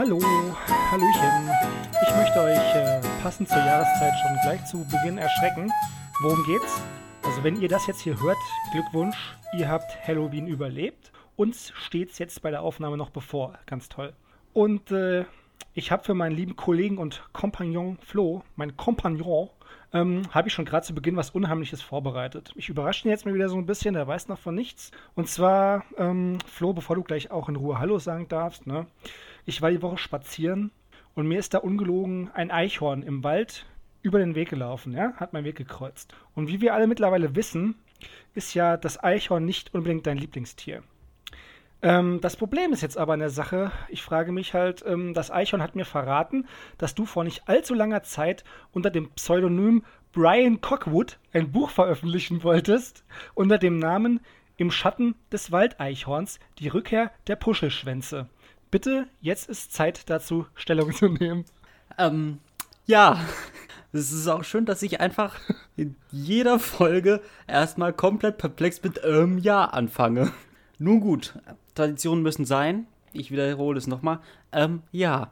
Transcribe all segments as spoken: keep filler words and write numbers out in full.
Hallo, Hallöchen. Ich möchte euch äh, passend zur Jahreszeit schon gleich zu Beginn erschrecken. Worum geht's? Also wenn ihr das jetzt hier hört, Glückwunsch, ihr habt Halloween überlebt. Uns steht's jetzt bei der Aufnahme noch bevor. Ganz toll. Und äh, ich habe für meinen lieben Kollegen und Kompagnon Flo, mein Kompagnon, ähm, habe ich schon gerade zu Beginn was Unheimliches vorbereitet. Ich überrasche ihn jetzt mal wieder so ein bisschen, der weiß noch von nichts. Und zwar, ähm, Flo, bevor du gleich auch in Ruhe Hallo sagen darfst, ne? Ich war die Woche spazieren und mir ist da ungelogen ein Eichhorn im Wald über den Weg gelaufen, ja? Hat meinen Weg gekreuzt. Und wie wir alle mittlerweile wissen, ist ja das Eichhorn nicht unbedingt dein Lieblingstier. Ähm, das Problem ist jetzt aber in der Sache, ich frage mich halt, ähm, das Eichhorn hat mir verraten, dass du vor nicht allzu langer Zeit unter dem Pseudonym Brian Cockwood ein Buch veröffentlichen wolltest, unter dem Namen Im Schatten des Waldeichhorns, die Rückkehr der Puschelschwänze. Bitte, jetzt ist Zeit dazu, Stellung zu nehmen. Ähm, ja, es ist auch schön, dass ich einfach in jeder Folge erstmal komplett perplex mit ähm, ja anfange. Nun gut, Traditionen müssen sein. Ich wiederhole es nochmal. Ähm, ja.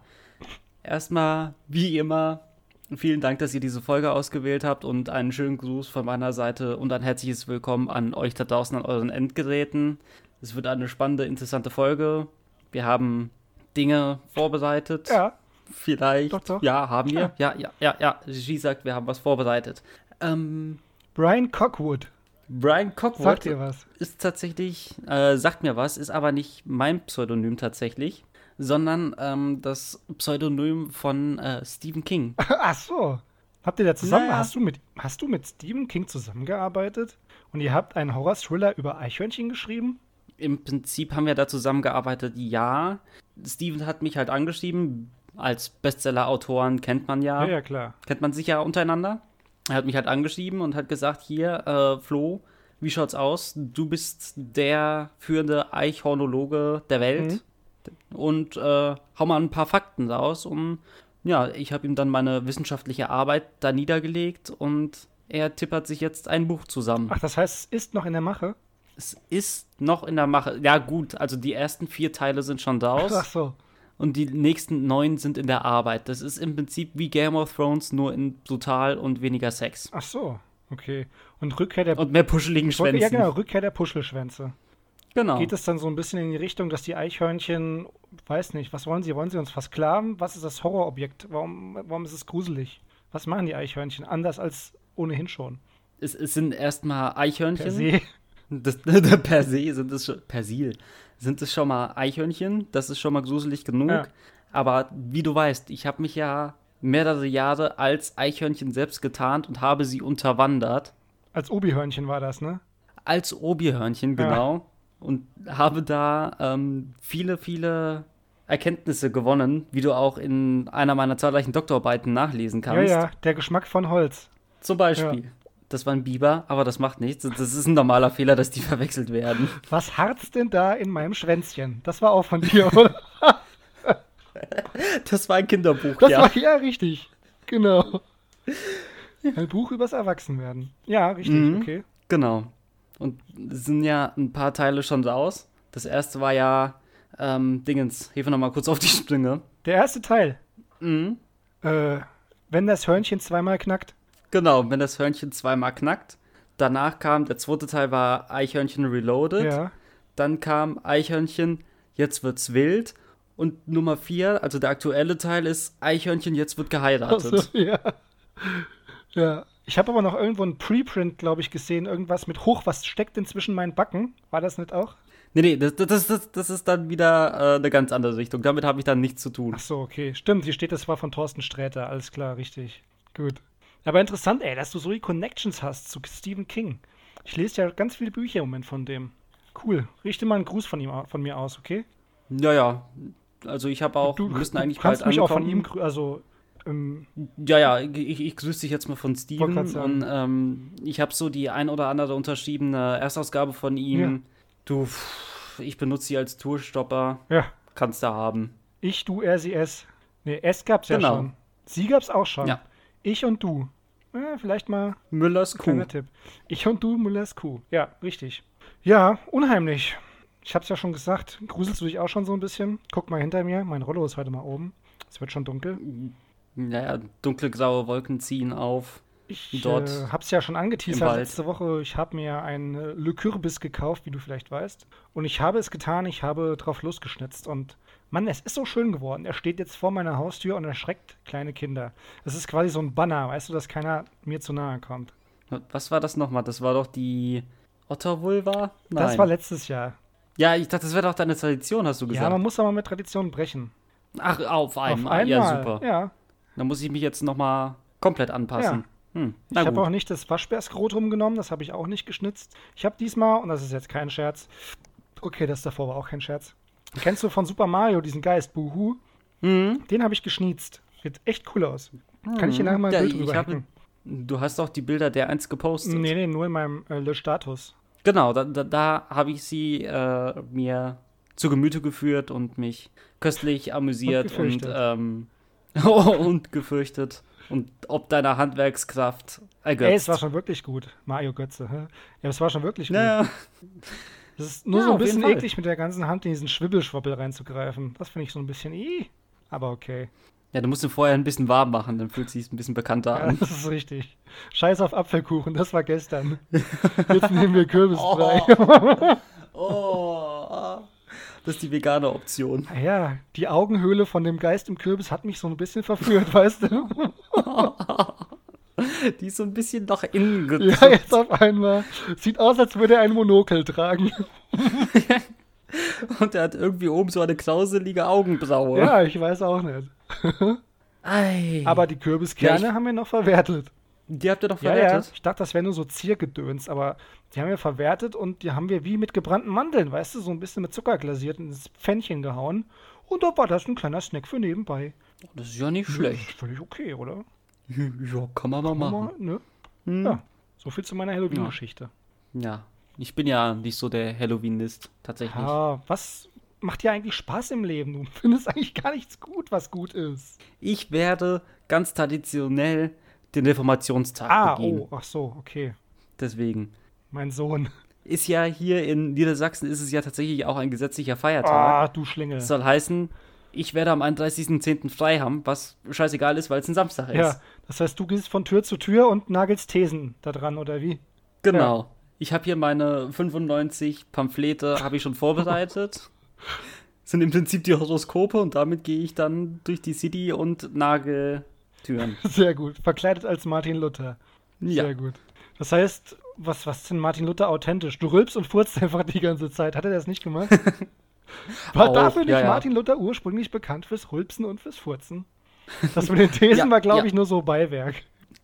Erstmal, wie immer, vielen Dank, dass ihr diese Folge ausgewählt habt und einen schönen Gruß von meiner Seite und ein herzliches Willkommen an euch da draußen an euren Endgeräten. Es wird eine spannende, interessante Folge. Wir haben Dinge vorbereitet. Ja. Vielleicht. Doch, doch. Ja, haben wir. Ja, ja, ja, ja. Regie sagt, wir haben was vorbereitet. Ähm, Brian Cockwood. Brian Cockwood Sagt dir was? ist tatsächlich, äh, sagt mir was, ist aber nicht mein Pseudonym tatsächlich, sondern ähm, das Pseudonym von äh, Stephen King. Ach so. Habt ihr da zusammen, Naja. hast du mit, hast du mit Stephen King zusammengearbeitet? Und ihr habt einen Horror-Thriller über Eichhörnchen geschrieben? Im Prinzip haben wir da zusammengearbeitet, ja. Steven hat mich halt angeschrieben, als Bestseller-Autoren kennt man ja, Ja, ja, klar. kennt man sich ja untereinander. Er hat mich halt angeschrieben und hat gesagt, hier, äh, Flo, wie schaut's aus? Du bist der führende Eichhornologe der Welt und äh, hau mal ein paar Fakten raus. Und ja, ich habe ihm dann meine wissenschaftliche Arbeit da niedergelegt und er tippert sich jetzt ein Buch zusammen. Ach, das heißt, es ist noch in der Mache? Es ist noch in der Mache. Ja gut, also die ersten vier Teile sind schon raus. Ach so. Und die nächsten neun sind in der Arbeit. Das ist im Prinzip wie Game of Thrones, nur in brutal und weniger Sex. Ach so, okay. Und Rückkehr der Und mehr puscheligen Schwänzen. Ja, genau, Rückkehr der Puschelschwänze. Genau. Geht es dann so ein bisschen in die Richtung, dass die Eichhörnchen, weiß nicht, was wollen sie? Wollen sie uns versklaven? Was ist das Horrorobjekt? Warum, warum ist es gruselig? Was machen die Eichhörnchen anders als ohnehin schon? Es, es sind erstmal Eichhörnchen. Per se. Das, per se sind es schon, Persil, sind es schon mal Eichhörnchen. Das ist schon mal gruselig genug. Ja. Aber wie du weißt, ich habe mich ja mehrere Jahre als Eichhörnchen selbst getarnt und habe sie unterwandert. Als Obi-Hörnchen war das, ne? Als Obi-Hörnchen, genau. Ja. Und habe da ähm, viele, viele Erkenntnisse gewonnen, wie du auch in einer meiner zahlreichen Doktorarbeiten nachlesen kannst. Ja, ja, der Geschmack von Holz. Zum Beispiel. Ja. Das war ein Biber, aber das macht nichts. Das ist ein normaler Fehler, dass die verwechselt werden. Was harzt denn da in meinem Schwänzchen? Das war auch von dir, oder? Das war ein Kinderbuch, das ja. War, ja, richtig. Genau. Ein Buch übers Erwachsenwerden. Ja, richtig, mhm, okay. Genau. Und es sind ja ein paar Teile schon raus. Das erste war ja, ähm, Dingens, hilf noch mal kurz auf die Sprünge. Der erste Teil? Mhm. Äh, wenn das Hörnchen zweimal knackt? Genau, wenn das Hörnchen zweimal knackt. Danach kam, der zweite Teil war Eichhörnchen Reloaded. Ja. Dann kam Eichhörnchen, jetzt wird's wild. Und Nummer vier, also der aktuelle Teil, ist Eichhörnchen, jetzt wird geheiratet. Ach so, ja. Ja. Ich habe aber noch irgendwo ein Preprint, glaube ich, gesehen. Irgendwas mit hoch, was steckt denn zwischen meinen Backen? War das nicht auch? Nee, nee, das, das, das, das ist dann wieder äh, eine ganz andere Richtung. Damit habe ich dann nichts zu tun. Ach so, okay. Stimmt, hier steht, das war von Thorsten Sträter. Alles klar, richtig. Gut. Aber interessant, ey, dass du so die Connections hast zu Stephen King. Ich lese ja ganz viele Bücher im Moment von dem. Cool. Richte mal einen Gruß von ihm, von mir aus, okay? Ja, ja. Also ich habe auch, du, wir müssen eigentlich du kannst bald mich ankommen. auch von ihm, grü- also ähm, ja, ja, ich, ich grüße dich jetzt mal von Steven. Wollte grad sagen. Und ähm, ich habe so die ein oder andere unterschriebene Erstausgabe von ihm. Ja. Du, pff, ich benutze sie als Tourstopper. Ja. Kannst du haben. Ich, du, er, sie, es. Ne, es gab's ja Genau. schon. Sie gab's auch schon. Ja. Ich und du. Ja, vielleicht mal Müllers ein Kuh. kleiner Tipp. Ich und du, Müllers Kuh. Ja, richtig. Ja, unheimlich. Ich hab's ja schon gesagt, gruselst du dich auch schon so ein bisschen? Guck mal hinter mir, mein Rollo ist heute mal oben. Es wird schon dunkel. Naja, dunkle, graue Wolken ziehen auf. Ich Dort äh, hab's ja schon im angeteasert Wald. letzte Woche. Ich habe mir ein äh, Le Kürbis gekauft, wie du vielleicht weißt. Und ich habe es getan, ich habe drauf losgeschnitzt. Und Mann, es ist so schön geworden. Er steht jetzt vor meiner Haustür und erschreckt kleine Kinder. Es ist quasi so ein Banner, weißt du, dass keiner mir zu nahe kommt. Was war das nochmal? Das war doch die Ottervulva? Nein. Das war letztes Jahr. Ja, ich dachte, das wäre doch deine Tradition, hast du Ja, gesagt. man muss aber mit Traditionen brechen. Ach, auf einmal. Auf einmal. Ja, super. Ja. Dann muss ich mich jetzt nochmal komplett anpassen. Hm, Ich na habe gut. auch nicht das Waschbärskrotum genommen, das habe ich auch nicht geschnitzt. Ich habe diesmal, und das ist jetzt kein Scherz, okay, das davor war auch kein Scherz. Kennst du von Super Mario diesen Geist, Buhu? Hm, Den habe ich geschnietzt. Sieht echt cool aus. Kann ich dir nachher mal ein ja, Bild ich drüber habe, hacken? Du hast doch die Bilder der eins gepostet. Nee, nee, nur in meinem äh, Le-Status. Genau, da, da, da habe ich sie äh, mir zu Gemüte geführt und mich köstlich amüsiert Und und, gefürchtet. ähm, und gefürchtet. Und ob deiner Handwerkskraft ergötzt. Ey, es war schon wirklich gut. Mario Götze, hä? Ja, es war schon wirklich gut. Naja, Es ist nur Ja, so ein auf jeden bisschen Fall. eklig, mit der ganzen Hand in diesen Schwibbelschwabbel reinzugreifen. Das finde ich so ein bisschen, ih, aber okay. ja, du musst ihn vorher ein bisschen warm machen, dann fühlt es sich ein bisschen bekannter Ja, an. das ist richtig. Scheiß auf Apfelkuchen, das war gestern. Jetzt nehmen wir Kürbisbrei. Oh, das ist die vegane Option. Ah ja, die Augenhöhle von dem Geist im Kürbis hat mich so ein bisschen verführt, weißt du? Die ist so ein bisschen nach innen Ja, gezogen. jetzt auf einmal. Sieht aus, als würde er ein Monokel tragen. Und er hat irgendwie oben so eine krauselige Augenbraue. Ja, ich weiß auch nicht. Ei. Aber die Kürbiskerne Ja, ich- haben wir noch verwertet. Die habt ihr doch Ja, ja. verwertet? Ich dachte, das wäre nur so Ziergedöns, aber die haben wir verwertet und die haben wir wie mit gebrannten Mandeln, weißt du, so ein bisschen mit Zucker glasiert und ins Pfännchen gehauen. Und da war das ein kleiner Snack für nebenbei. Das ist ja nicht schlecht. Ist völlig okay, oder? Ja, kann man mal machen. Mal, ne? Hm. Ja, so viel zu meiner Halloween-Geschichte. Ja, ich bin ja nicht so der Halloweenist, tatsächlich. Ja, was macht dir eigentlich Spaß im Leben? Du findest eigentlich gar nichts gut, was gut ist. Ich werde ganz traditionell den Reformationstag Ah, begehen. oh, ach so, okay. Deswegen. Mein Sohn. Ist ja hier in Niedersachsen ist es ja tatsächlich auch ein gesetzlicher Feiertag. Ah, du Schlingel. Das soll heißen, ich werde am einunddreißigsten zehnten frei haben, was scheißegal ist, weil es ein Samstag ist. Ja, das heißt, du gehst von Tür zu Tür und nagelst Thesen da dran, oder wie? Genau. Ich habe hier meine fünfundneunzig Pamphlete, habe ich schon vorbereitet. Sind im Prinzip die Horoskope und damit gehe ich dann durch die City und nagel Türen. Sehr gut. Verkleidet als Martin Luther. Ja. Sehr gut. Das heißt, was, was ist denn Martin Luther authentisch? Du rülpst und furzt einfach die ganze Zeit. Hat er das nicht gemacht? War Auch, dafür nicht ja, ja. Martin Luther ursprünglich bekannt fürs Rülpsen und fürs Furzen? Das mit den Thesen Ja, war, glaube ja. ich, nur so Beiwerk.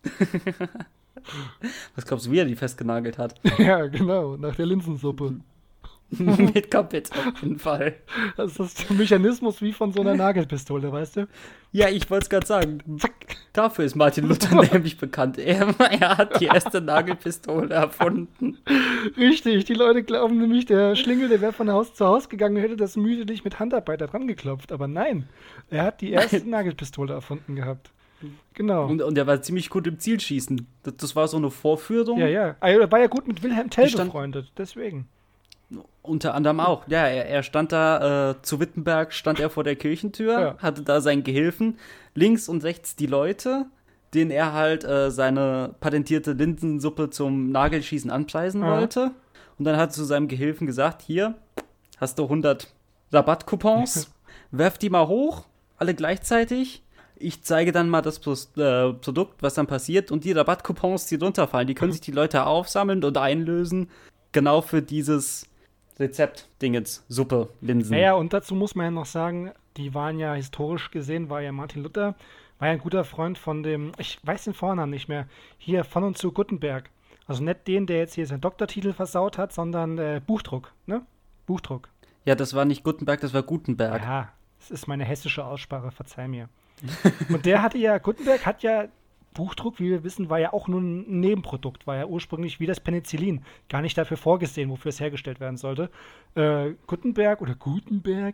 Was glaubst du, wie er die festgenagelt hat? Ja, genau. Nach der Linsensuppe. Mit Kapitän auf jeden Fall. Das ist der Mechanismus wie von so einer Nagelpistole, weißt du? Ja, ich wollte es gerade sagen. Zack. Dafür ist Martin Luther nämlich bekannt. Er, er hat die erste Nagelpistole erfunden. Richtig, die Leute glauben nämlich, der Schlingel, der wäre von Haus zu Haus gegangen und hätte das mühselig mit Handarbeit da dran geklopft. Aber nein, er hat die erste Nagelpistole erfunden gehabt. Genau. Und, und er war ziemlich gut im Zielschießen. Das, das war so eine Vorführung. ja, ja. Also, er war ja gut mit Wilhelm Tell Die stand- befreundet, deswegen. Unter anderem auch. Ja, er, er stand da, äh, zu Wittenberg stand er vor der Kirchentür, Ja. hatte da seinen Gehilfen, links und rechts die Leute, denen er halt äh, seine patentierte Linsensuppe zum Nagelschießen anpreisen Ja. wollte. Und dann hat er zu seinem Gehilfen gesagt, hier, hast du hundert Rabattcoupons, werf die mal hoch, alle gleichzeitig. Ich zeige dann mal das Pro äh, Produkt, was dann passiert. Und die Rabattcoupons, die runterfallen, die können sich die Leute aufsammeln und einlösen. Genau für dieses Rezept-Dingens, Suppe, Linsen. Naja, und dazu muss man ja noch sagen, die waren ja historisch gesehen, war ja Martin Luther, war ja ein guter Freund von dem, ich weiß den Vornamen nicht mehr, hier von und zu Gutenberg. Also nicht den, der jetzt hier seinen Doktortitel versaut hat, sondern äh, Buchdruck, ne? Buchdruck. Ja, das war nicht Gutenberg, das war Gutenberg. Ja, das ist meine hessische Aussprache, verzeih mir. Und der hatte ja, Gutenberg hat ja, Buchdruck, wie wir wissen, war ja auch nur ein Nebenprodukt, war ja ursprünglich wie das Penicillin, gar nicht dafür vorgesehen, wofür es hergestellt werden sollte. Äh, Gutenberg oder Gutenberg,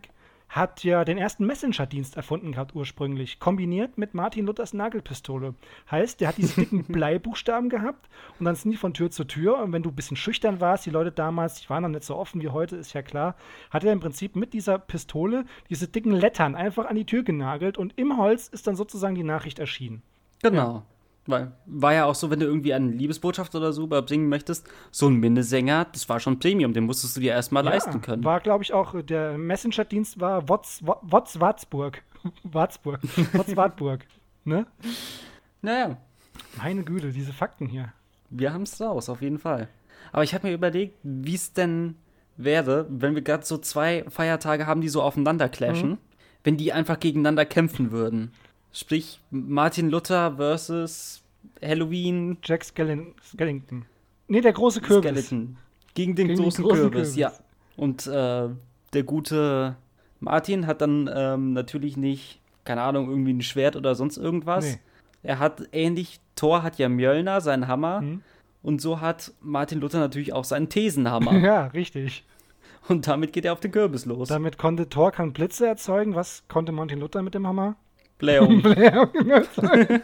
hat ja den ersten Messenger-Dienst erfunden gehabt ursprünglich, kombiniert mit Martin Luthers Nagelpistole. Heißt, der hat diese dicken Bleibuchstaben gehabt und dann sind die von Tür zu Tür und wenn du ein bisschen schüchtern warst, die Leute damals, die waren noch nicht so offen wie heute, ist ja klar, hat er im Prinzip mit dieser Pistole diese dicken Lettern einfach an die Tür genagelt und im Holz ist dann sozusagen die Nachricht erschienen. Genau. Ja. Weil, war ja auch so, wenn du irgendwie eine Liebesbotschaft oder so überhaupt singen möchtest, so ein Minnesänger, das war schon Premium, den musstest du dir erstmal Ja, leisten können. War, glaube ich, auch, der Messenger-Dienst war Wotz, Wo- Wotz Warzburg. Warzburg. Wotz Wartburg. Ne? Naja, Meine Güte, diese Fakten hier. wir haben es raus, auf jeden Fall. Aber ich habe mir überlegt, wie es denn wäre, wenn wir gerade so zwei Feiertage haben, die so aufeinander clashen, Mhm. wenn die einfach gegeneinander kämpfen würden. Sprich, Martin Luther versus Halloween Jack Skellin- Skellington. Nee, der große Kürbis. Skeleton. Gegen den Gegen den großen, großen Kürbis, Kürbis. ja. Und äh, der gute Martin hat dann ähm, natürlich nicht, keine Ahnung, irgendwie ein Schwert oder sonst irgendwas. Nee. Er hat ähnlich, Thor hat ja Mjölnir, seinen Hammer. Mhm. Und so hat Martin Luther natürlich auch seinen Thesenhammer. Ja, richtig. Und damit geht er auf den Kürbis los. Damit konnte Thor kann Blitze erzeugen. Was konnte Martin Luther mit dem Hammer? Blähung. Blähungen erzeugen.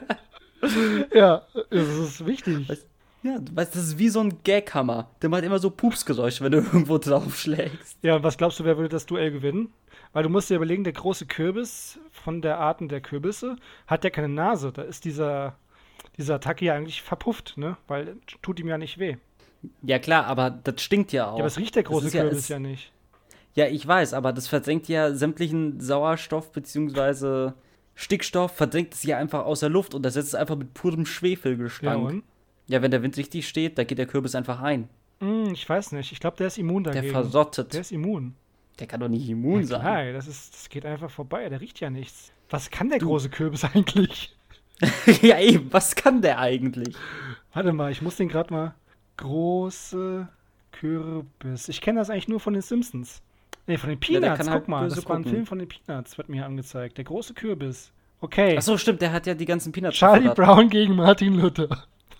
Ja, das ist wichtig. Weißt- Ja, du weißt, das ist wie so ein Gaghammer. Der macht immer so Pupsgeräusche, wenn du irgendwo draufschlägst. Ja, und was glaubst du, wer würde das Duell gewinnen? Weil du musst dir überlegen, der große Kürbis von der Arten der Kürbisse hat ja keine Nase. Da ist dieser, diese Attacke ja eigentlich verpufft, ne? Weil tut ihm ja nicht weh. Ja klar, aber das stinkt ja auch. Ja, aber es riecht der Das große ist ja- Kürbis es- ja nicht. Ja, ich weiß, aber das versenkt ja sämtlichen Sauerstoff bzw. Stickstoff, verdrängt es ja einfach aus der Luft und das setzt es einfach mit purem Ja, Schwefelgestank. und? Ja, wenn der Wind richtig steht, da geht der Kürbis einfach ein. Hm, ich weiß nicht. Ich glaube, der ist immun Der dagegen. verrottet. Der Der, ist immun. kann doch nicht immun sein. Nein, das, ist, das geht einfach vorbei. Der riecht ja nichts. Was kann der große Kürbis eigentlich? Ja, eben, was kann der eigentlich? Warte mal, ich muss den gerade mal. Große Kürbis. Ich kenne das eigentlich nur von den Simpsons. Nee, von den Ja, der Peanuts. kann Guck halt mal, böse das war ein gucken. Film von den Peanuts, wird mir hier angezeigt. Der große Kürbis. Okay. Ach so, stimmt, der hat ja die ganzen Peanuts Charlie verraten. Brown gegen Martin Luther.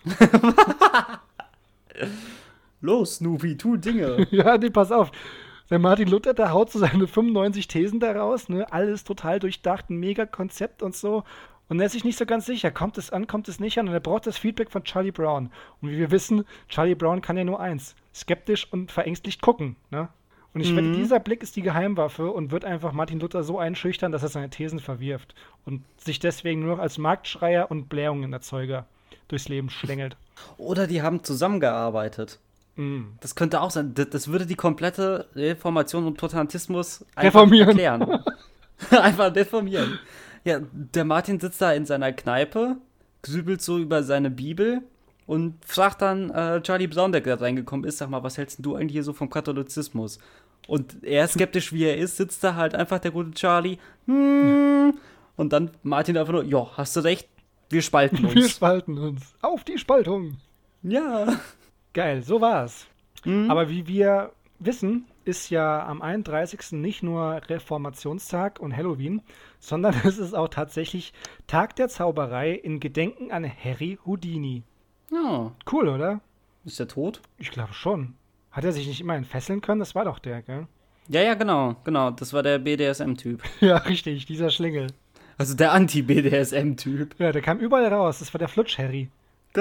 Los, Snoopy, tu Dinge. Ja, nee, pass auf. Der Martin Luther, der haut so seine fünfundneunzig Thesen da raus, ne? Alles total durchdacht, ein mega Konzept und so. Und er ist sich nicht so ganz sicher, kommt es an, kommt es nicht an. Und er braucht das Feedback von Charlie Brown. Und wie wir wissen, Charlie Brown kann ja nur eins: skeptisch und verängstigt gucken, ne? Und ich wette, dieser Blick ist die Geheimwaffe und wird einfach Martin Luther so einschüchtern, dass er seine Thesen verwirft und sich deswegen nur noch als Marktschreier und Blähungenerzeuger durchs Leben schlängelt. Oder die haben zusammengearbeitet. Mm. Das könnte auch sein. Das, das würde die komplette Reformation und Protestantismus einfach Reformieren. erklären. Einfach reformieren. Ja, der Martin sitzt da in seiner Kneipe, grübelt so über seine Bibel und fragt dann äh, Charlie Brown, der gerade reingekommen ist, sag mal, was hältst denn du eigentlich hier so vom Katholizismus? Und er, skeptisch wie er ist, sitzt da halt einfach der gute Charlie. Hm, und dann Martin einfach nur, ja, hast du recht, wir spalten Wir uns. spalten uns. Auf die Spaltung. Ja. Geil, so war's. Mhm. Aber wie wir wissen, ist ja am einunddreißigsten nicht nur Reformationstag und Halloween, sondern es ist auch tatsächlich Tag der Zauberei in Gedenken an Harry Houdini. Ja. Cool, oder? Ist der tot? Ich glaube schon. Hat er sich nicht immer entfesseln können? Das war doch der, gell? Ja, ja, genau, genau. Das war der B D S M-Typ. Ja, richtig, dieser Schlingel. Also der Anti-B D S M-Typ. Ja, der kam überall raus. Das war der Flutsch-Harry.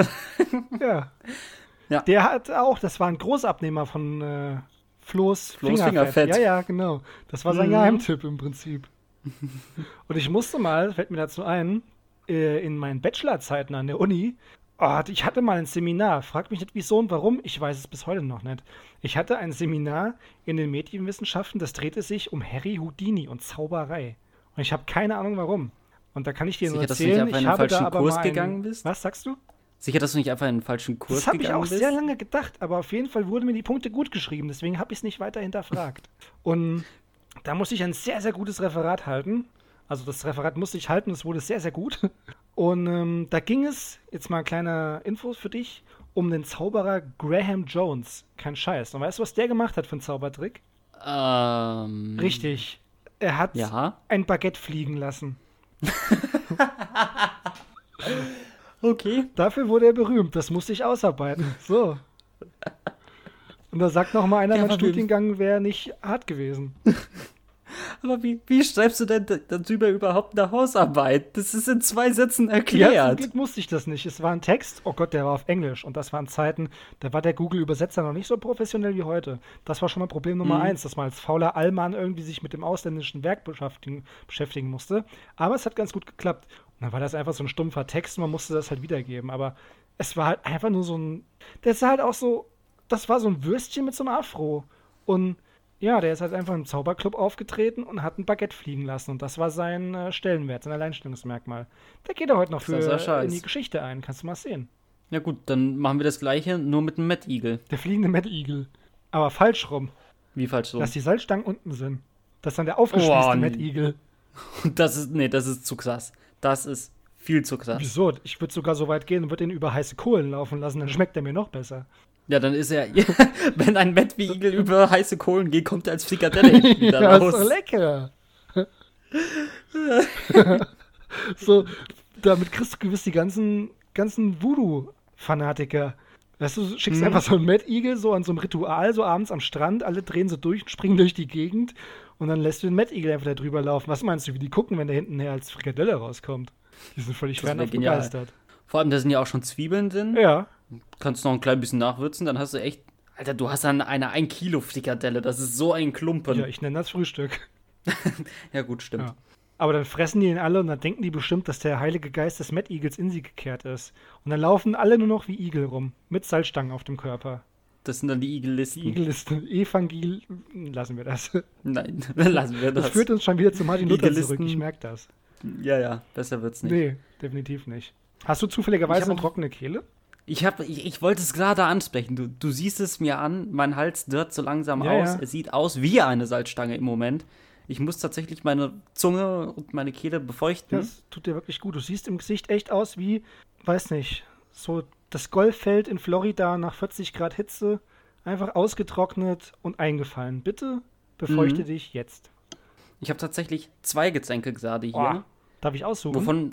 Ja. Ja. Der hat auch, das war ein Großabnehmer von äh, Flo's, Flo's Fingerfett. Fingerfett. Ja, ja, genau. Das war sein Mhm. Geheimtipp im Prinzip. Und ich musste mal, fällt mir dazu ein, äh, in meinen Bachelorzeiten an der Uni, oh, ich hatte mal ein Seminar, frag mich nicht wieso und warum, ich weiß es bis heute noch nicht. Ich hatte ein Seminar in den Medienwissenschaften, das drehte sich um Harry Houdini und Zauberei. Und ich habe keine Ahnung warum. Und da kann ich dir nur Sicher, dass du nicht erzählen, einfach ich in den habe da falschen aber Kurs mal einen, gegangen bist? Was sagst du? Sicher, dass du nicht einfach in den falschen Kurs Das habe ich gegangen auch bist? sehr lange gedacht, aber auf jeden Fall wurden mir die Punkte gut geschrieben, deswegen habe ich es nicht weiter hinterfragt. Und da musste ich ein sehr, sehr gutes Referat halten. Also das Referat musste ich halten, es wurde sehr, sehr gut. Und ähm, da ging es, jetzt mal ein kleiner Info für dich, um den Zauberer Graham Jones. Kein Scheiß. Und weißt du, was der gemacht hat für einen Zaubertrick? Ähm. Richtig. Er hat Ja. ein Baguette fliegen lassen. Okay. Dafür wurde er berühmt. Das musste ich ausarbeiten. So. Und da sagt noch mal einer, Ja, mein aber wir- Studiengang wäre nicht hart gewesen. Aber wie, wie schreibst du denn d- darüber überhaupt eine Hausarbeit? Das ist in zwei Sätzen Ja, erklärt. zum Glück musste ich das nicht. Es war ein Text, oh Gott, der war auf Englisch. Und das waren Zeiten, da war der Google-Übersetzer noch nicht so professionell wie heute. Das war schon mal Problem Nummer Mhm. eins, dass man als fauler Allmann irgendwie sich mit dem ausländischen Werk beschäftigen, beschäftigen musste. Aber es hat ganz gut geklappt. Und dann war das einfach so ein stumpfer Text und man musste das halt wiedergeben. Aber es war halt einfach nur so ein. Der ist halt auch so. Das war so ein Würstchen mit so einem Afro. Und ja, der ist halt einfach im Zauberclub aufgetreten und hat ein Baguette fliegen lassen. Und das war sein äh, Stellenwert, sein Alleinstellungsmerkmal. Da geht er heute noch für Das ist ja scheiß. in die Geschichte ein. Kannst du mal sehen. Ja gut, dann machen wir das gleiche, nur mit einem Mad Eagle. Der fliegende Mad Eagle. Aber falsch rum. Wie falsch so? Dass die Salzstangen unten sind. Das ist dann der aufgespießte Oh, Mad nee. Eagle. Das ist, nee, das ist zu krass. Das ist viel zu krass. Wieso? Ich würde sogar so weit gehen und würde ihn über heiße Kohlen laufen lassen. Dann schmeckt er mir noch besser. Ja, dann ist er, wenn ein Mad Eagle über heiße Kohlen geht, kommt er als Frikadelle hinten wieder Ja, ist raus. doch lecker. So, damit kriegst du gewiss die ganzen, ganzen Voodoo-Fanatiker. Weißt du, du schickst Mhm. einfach so einen Mad Eagle so an so einem Ritual, so abends am Strand, alle drehen so durch und springen durch die Gegend und dann lässt du den Mad Eagle einfach da drüber laufen. Was meinst du, wie die gucken, wenn der hinten her als Frikadelle rauskommt? Die sind völlig Das wär fernab genial. begeistert. Vor allem, da sind ja auch schon Zwiebeln drin. Ja, Kannst noch ein klein bisschen nachwürzen, dann hast du echt, Alter, du hast dann eine ein Kilo Frikadelle. Das ist so ein Klumpen. ja, ich nenne das Frühstück. Ja gut, stimmt. Ja. Aber dann fressen die ihn alle und dann denken die bestimmt, dass der heilige Geist des Mad Eagles in sie gekehrt ist. Und dann laufen alle nur noch wie Igel rum, mit Salzstangen auf dem Körper. Das sind dann die Igellisten. Die Igel ist Evangel... Lassen wir das. Nein, dann lassen wir das. Das führt uns schon wieder zu Martin Luther Igelisten. zurück, ich merke das. Ja, ja, besser wird's nicht. Nee, definitiv nicht. Hast du Ich zufälligerweise hab eine auch- trockene Kehle? Ich, hab, ich, ich wollte es gerade ansprechen. Du, du siehst es mir an, mein Hals dörrt so langsam Ja, aus. ja. Es sieht aus wie eine Salzstange im Moment. Ich muss tatsächlich meine Zunge und meine Kehle befeuchten. Das tut dir wirklich gut. Du siehst im Gesicht echt aus wie, weiß nicht, so das Golffeld in Florida nach vierzig Grad Hitze. Einfach ausgetrocknet und eingefallen. Bitte befeuchte Mhm. dich jetzt. Ich habe tatsächlich zwei Getränke gerade hier. Boah, darf ich aussuchen? Wovon,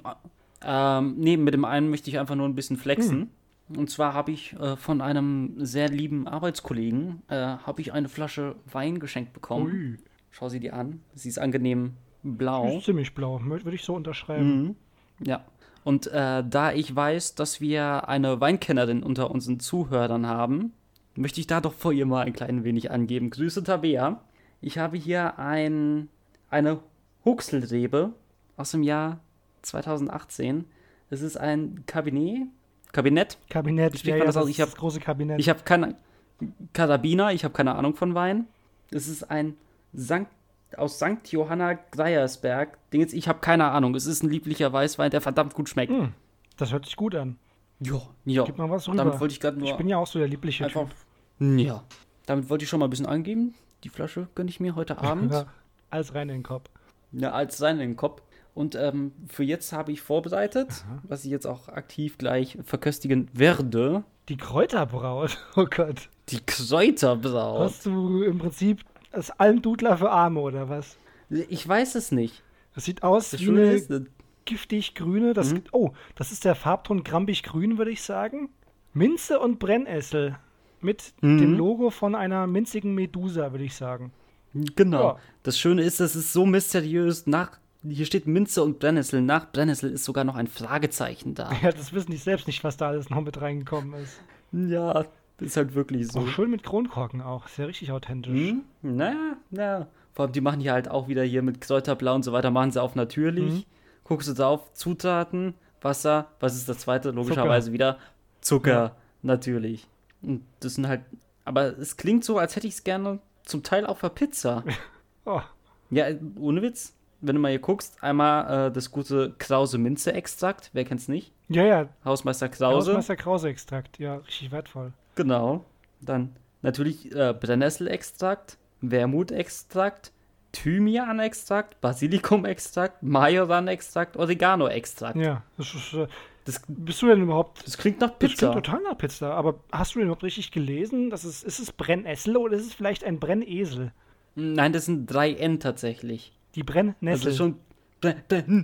ähm, nee, mit dem einen möchte ich einfach nur ein bisschen flexen. Und zwar habe ich äh, von einem sehr lieben Arbeitskollegen, äh, habe ich eine Flasche Wein geschenkt bekommen. Ui, Schau sie dir an. Sie ist angenehm blau. ist ziemlich blau. Mö- Würde ich so unterschreiben. Mhm. Ja. Und äh, da ich weiß, dass wir eine Weinkennerin unter unseren Zuhörern haben, möchte ich da doch vor ihr mal ein klein wenig angeben. Grüße Tabea. Ich habe hier ein, eine Huxelrebe aus dem Jahr zweitausendachtzehn. Es ist ein Kabinett. Kabinett. Kabinett, Wie spricht man das aus? Ich ist hab- das große Kabinett. Ich habe keine Karabiner, ich habe keine Ahnung von Wein. Es ist ein Sankt, aus Sankt Johanna Greiersberg. Ding jetzt, ich habe keine Ahnung. Es ist ein lieblicher Weißwein, der verdammt gut schmeckt. Hm, das hört sich gut an. Ja, ja. Gib mal was rüber. Damit wollte ich gerade nur Ich bin ja auch so der liebliche einfach. Typ. Ja. Damit wollte ich schon mal ein bisschen angeben. Die Flasche gönne ich mir heute Abend. Ja, alles rein in den Kopf. Ja, als sein in den Kopf. Und ähm, für jetzt habe ich vorbereitet, Aha. was ich jetzt auch aktiv gleich verköstigen werde. Die Kräuterbraut. Oh Gott. Die Kräuterbraut. Hast du im Prinzip das Almdudler für Arme oder was? Ich weiß es nicht. Das sieht aus Das wie Schöne eine ist, äh, giftig grüne. Das, Mhm. Oh, das ist der Farbton grambig grün, würde ich sagen. Minze und Brennessel. Mit Mhm. dem Logo von einer minzigen Medusa, würde ich sagen. Genau. Ja. Das Schöne ist, das ist so mysteriös. Nach, hier steht Minze und Brennnessel. Nach Brennnessel ist sogar noch ein Fragezeichen da. Ja, das wissen die selbst nicht, was da alles noch mit reingekommen ist. Ja, das ist halt wirklich so. Auch schön mit Kronkorken auch. Ist ja richtig authentisch. Hm? Na, na. Vor allem, die machen hier halt auch wieder hier mit Kräuterblau und so weiter, machen sie auf natürlich. Mhm. Guckst du drauf, Zutaten, Wasser, was ist das zweite? Logischerweise wieder Zucker, Ja. natürlich. Und das sind halt, aber es klingt so, als hätte ich es gerne zum Teil auf der Pizza. Oh, Ja, ohne Witz. Wenn du mal hier guckst, einmal äh, das gute Krause-Minze-Extrakt, wer kennt's nicht? ja, ja. Hausmeister Krause. Hausmeister Krause-Extrakt. Ja, richtig wertvoll. Genau. Dann natürlich äh, Brennnessel-Extrakt, Wermut-Extrakt, Thymian-Extrakt, Basilikum-Extrakt, Majoran-Extrakt, Oregano-Extrakt. Ja, das ist, äh, Das, bist du denn überhaupt. das klingt nach Das Pizza. klingt total nach Pizza, aber hast du denn überhaupt richtig gelesen? Das ist, ist es Brennessel oder ist es vielleicht ein Brennesel? Nein, das sind drei N tatsächlich. Die Also Brennnessel. schon. Brenn,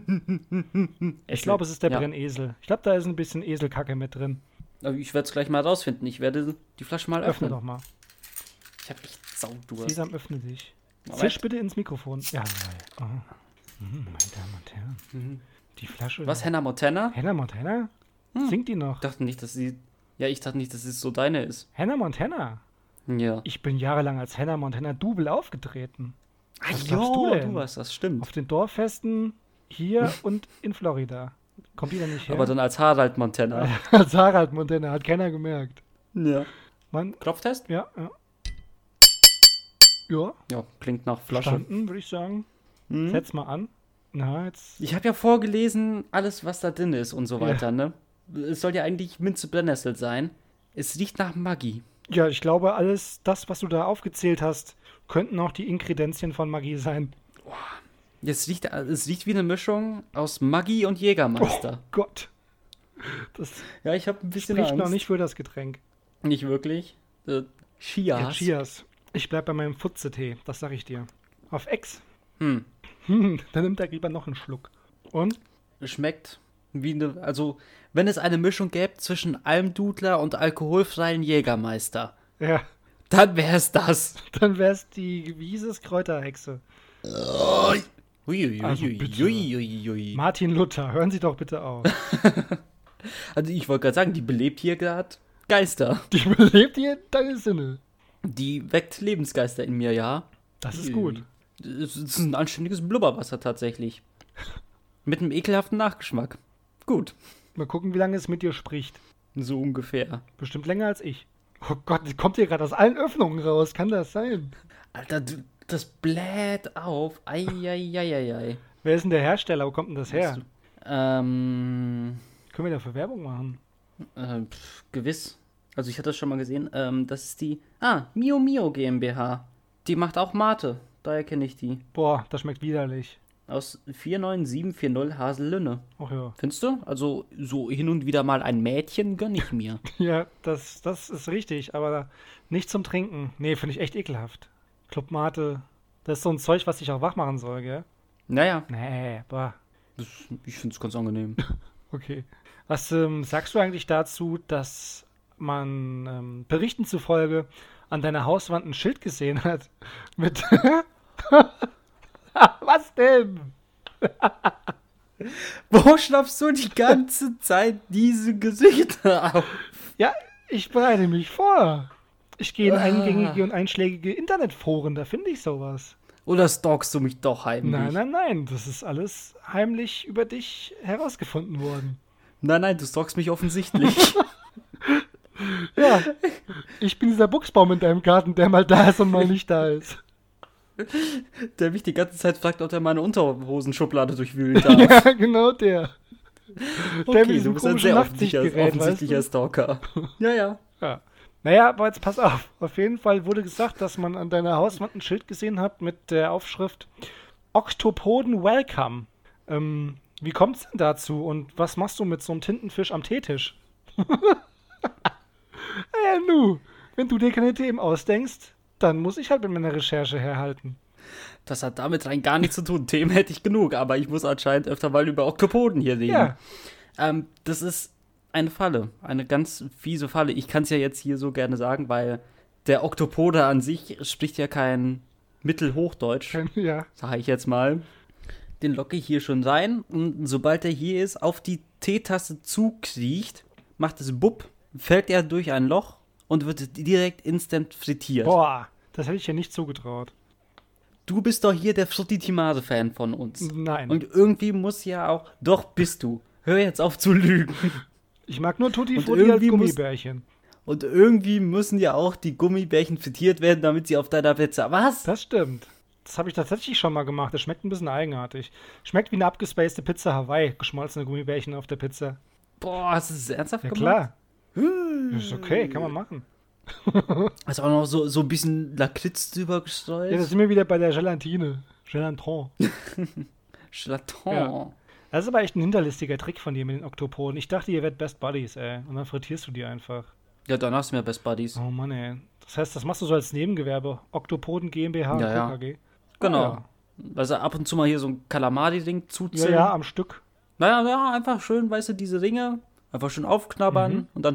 brenn, ich glaube, es ist der ja. Brennesel. Ich glaube, da ist ein bisschen Eselkacke mit drin. Aber ich werde es gleich mal rausfinden. Ich werde die Flasche mal Öffne öffnen. doch mal. Ich habe echt Saudurst. Sesam, öffne dich. Zisch bitte ins Mikrofon. Ja, oh. mhm, meine Damen und Herren. Mhm. Die Flasche. Was, Hannah Montana? Hannah Montana? Hm. Singt die noch? Ich dachte nicht, dass sie. Ja, ich dachte nicht, dass es so deine ist. Hannah Montana? Ja. Ich bin jahrelang als Hannah Montana Double aufgetreten. Ah, Was jo, glaubst du denn? du warst das, stimmt. Auf den Dorffesten hier und in Florida. Kommt die da nicht her? Aber dann als Harald Montana. Als Harald Montana, hat keiner gemerkt. Ja. Mann, Klopftest? ja, ja. Ja, Ja, klingt nach Flasche. verstanden, würde ich sagen. Hm? Setz mal an. Na, jetzt. Ich habe ja vorgelesen, alles, was da drin ist und so weiter, ne? Es soll ja eigentlich Minze Brennnessel sein. Es riecht nach Maggi. Ja, ich glaube, alles das, was du da aufgezählt hast, könnten auch die Inkredenzien von Magie sein. Es riecht, es riecht wie eine Mischung aus Maggi und Jägermeister. Oh Gott. Das Ja, ich habe ein bisschen spricht Angst. noch nicht für das Getränk. Nicht wirklich. Äh, Chias. Ja, Cheers. Ich bleib bei meinem Futze-Tee, das sag ich dir. Auf Ex. Hm. Hm, dann nimmt er lieber noch einen Schluck. Und? Schmeckt wie eine, also wenn es eine Mischung gäbe zwischen Almdudler und alkoholfreien Jägermeister, Ja, dann wäre es das. dann wär's die, wie hieß es, Kräuterhexe. Uiuiui. Also bitte. Uiuiui. Martin Luther, hören Sie doch bitte auf. Also ich wollte gerade sagen, die belebt hier gerade Geister. Die belebt hier deine Sinne. Die weckt Lebensgeister in mir, ja. Das ist gut. Es ist ein anständiges Blubberwasser tatsächlich. Mit einem ekelhaften Nachgeschmack. Gut. Mal gucken, wie lange es mit dir spricht. So ungefähr. Bestimmt länger als ich. Oh Gott, die kommt hier gerade aus allen Öffnungen raus. Kann das sein? Alter, du, das bläht auf. Eieieiei. Wer ist denn der Hersteller? Wo kommt denn das her? Ähm, Können wir dafür Werbung machen? äh, pf, gewiss. Also ich hatte das schon mal gesehen. Ähm, das ist die, ah, Mio Mio GmbH. Die macht auch Mate. Daher kenne ich die. Boah, das schmeckt widerlich. Aus vier neun sieben vier null Hasel-Lünne. Ach ja. Findest du? Also so hin und wieder mal ein Mädchen gönn ich mir. Ja, das, das ist richtig, aber nicht zum Trinken. Nee, finde ich echt ekelhaft. Club Mate, das ist so ein Zeug, was dich auch wach machen soll, gell? Naja, Nee, boah. das, ich finde es ganz angenehm. Okay. Was ähm, sagst du eigentlich dazu, dass man ähm, Berichten zufolge an deiner Hauswand ein Schild gesehen hat mit was denn? Wo schnappst du die ganze Zeit diese Gesichter auf? Ja, ich bereite mich vor. Ich gehe in Ah. eingängige und einschlägige Internetforen, da finde ich sowas. Oder stalkst du mich doch heimlich? Nein, nein, nein, das ist alles heimlich über dich herausgefunden worden. Nein, nein, du stalkst mich offensichtlich. Ja, ich bin dieser Buchsbaum in deinem Garten, der mal da ist und mal nicht da ist. Der mich die ganze Zeit fragt, ob er meine Unterhosenschublade durchwühlen darf. Ja, genau der. Okay, mit du diesem bist ein komischen sehr Nachtsichtgerät, offensichtlicher, offensichtlicher weißt Stalker. Ja, ja. Ja. Naja, aber jetzt pass auf. Auf jeden Fall wurde gesagt, dass man an deiner Hauswand ein Schild gesehen hat mit der Aufschrift Oktopoden Welcome. Ähm, wie kommt's denn dazu und was machst du mit so einem Tintenfisch am Teetisch? Ja, nu, wenn du dir keine Themen ausdenkst, dann muss ich halt mit meiner Recherche herhalten. Das hat damit rein gar nichts zu tun. Themen hätte ich genug, aber ich muss anscheinend öfter mal über Oktopoden hier reden. Ja. Ähm, das ist eine Falle. Eine ganz fiese Falle. Ich kann es ja jetzt hier so gerne sagen, weil der Oktopode an sich spricht ja kein Mittelhochdeutsch, Ja. sage ich jetzt mal. Den locke ich hier schon rein und sobald er hier ist, auf die T-Taste zukriecht, macht es bupp, fällt er durch ein Loch und wird direkt instant frittiert. Boah, das hätte ich ja nicht zugetraut. Du bist doch hier der Frutti-Timade-Fan von uns. Nein. Und irgendwie muss ja auch, doch bist du. Hör jetzt auf zu lügen. Ich mag nur Tutti Und Frutti als irgendwie muss- Gummibärchen. Und irgendwie müssen ja auch die Gummibärchen frittiert werden, damit sie auf deiner Pizza. Was? Das stimmt. Das habe ich tatsächlich schon mal gemacht. Das schmeckt ein bisschen eigenartig. Schmeckt wie eine abgespacede Pizza Hawaii. Geschmolzene Gummibärchen auf der Pizza. Boah, hast du das ernsthaft Ja, gemacht? klar. Ist okay, kann man machen. Hast auch noch so, so ein bisschen Lakritz drüber gestreut? Ja, da sind wir wieder bei der Gelatine. Gelantron. Schlaton. Ja. Das ist aber echt ein hinterlistiger Trick von dir mit den Oktopoden. Ich dachte, ihr werdet Best Buddies, ey. Und dann frittierst du die einfach. Ja, dann hast du mir Best Buddies. Oh Mann, ey. Das heißt, das machst du so als Nebengewerbe. Oktopoden GmbH und Ja, ja. Co. KG. Genau. Ah, Also ab und zu mal hier so ein Kalamari-Ding ja. zuziehen. ja, ja, am Stück. Naja, ja, einfach schön, weißt du, diese Ringe einfach schön aufknabbern Mhm. und dann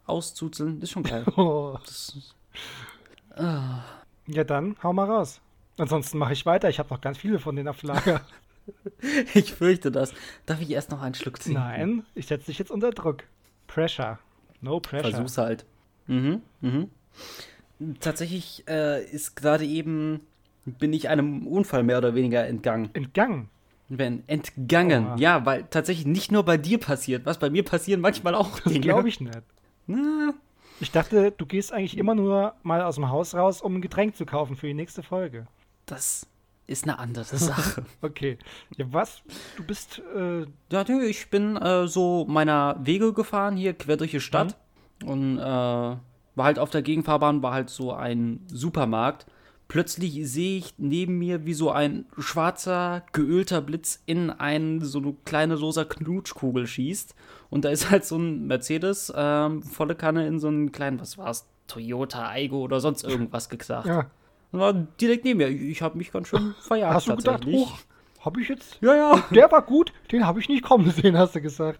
auszuzeln. Ist schon geil. Oh. Das, Ja, dann hau mal raus. Ansonsten mache ich weiter. Ich habe noch ganz viele von denen auf Lager. Ich fürchte das. Darf ich erst noch einen Schluck ziehen? Nein, ich setze dich jetzt unter Druck. Pressure. No pressure. Versuch's halt. Mhm, mhm. Tatsächlich äh, ist gerade eben, bin ich einem Unfall mehr oder weniger entgangen. Entgangen? Wenn entgangen. Oha. Ja, weil tatsächlich nicht nur bei dir passiert, was bei mir passieren manchmal auch Das Dinge. glaube ich nicht. Na, Ich dachte, du gehst eigentlich immer nur mal aus dem Haus raus, um ein Getränk zu kaufen für die nächste Folge. das ist eine andere Sache. Okay. Ja, was? Du bist, äh, Ja, nö, ich bin äh, so meiner Wege gefahren, hier quer durch die Stadt. Und äh, war halt auf der Gegenfahrbahn, war halt so ein Supermarkt. Plötzlich sehe ich neben mir, wie so ein schwarzer, geölter Blitz in ein, so eine kleine rosa Knutschkugel schießt. Und da ist halt so ein Mercedes, ähm, volle Kanne in so einen kleinen, was war's, Toyota, Aygo oder sonst irgendwas gekracht. ja. Und war direkt neben mir. Ich habe mich ganz schön verjagt. Hast du gedacht, tatsächlich. oh, hab ich jetzt? Ja, ja. Der war gut, den habe ich nicht kommen sehen, hast du gesagt.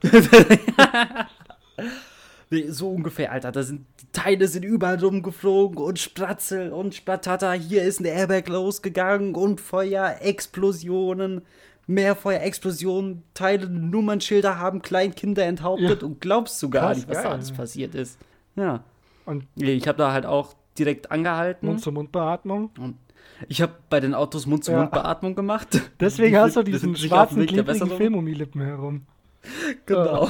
Nee, so ungefähr, Alter. Da sind, die Teile sind überall rumgeflogen und Spratzel und Splatata. Hier ist ein Airbag losgegangen und Feuer, Explosionen, mehr Feuer, Explosionen, Teile, Nummernschilder haben Kleinkinder enthauptet Ja. und glaubst du gar Krass, nicht, was da geil. alles passiert ist. Ja. Und Nee, ich habe da halt auch direkt angehalten. Mund-zu-Mund-Beatmung. Und ich habe bei den Autos Mund-zu-Mund-Beatmung gemacht. Deswegen Die hast du befinden diesen sich auf dem schwarzen, Weg der klebrigen Besserung. Film um die Lippen herum. Genau.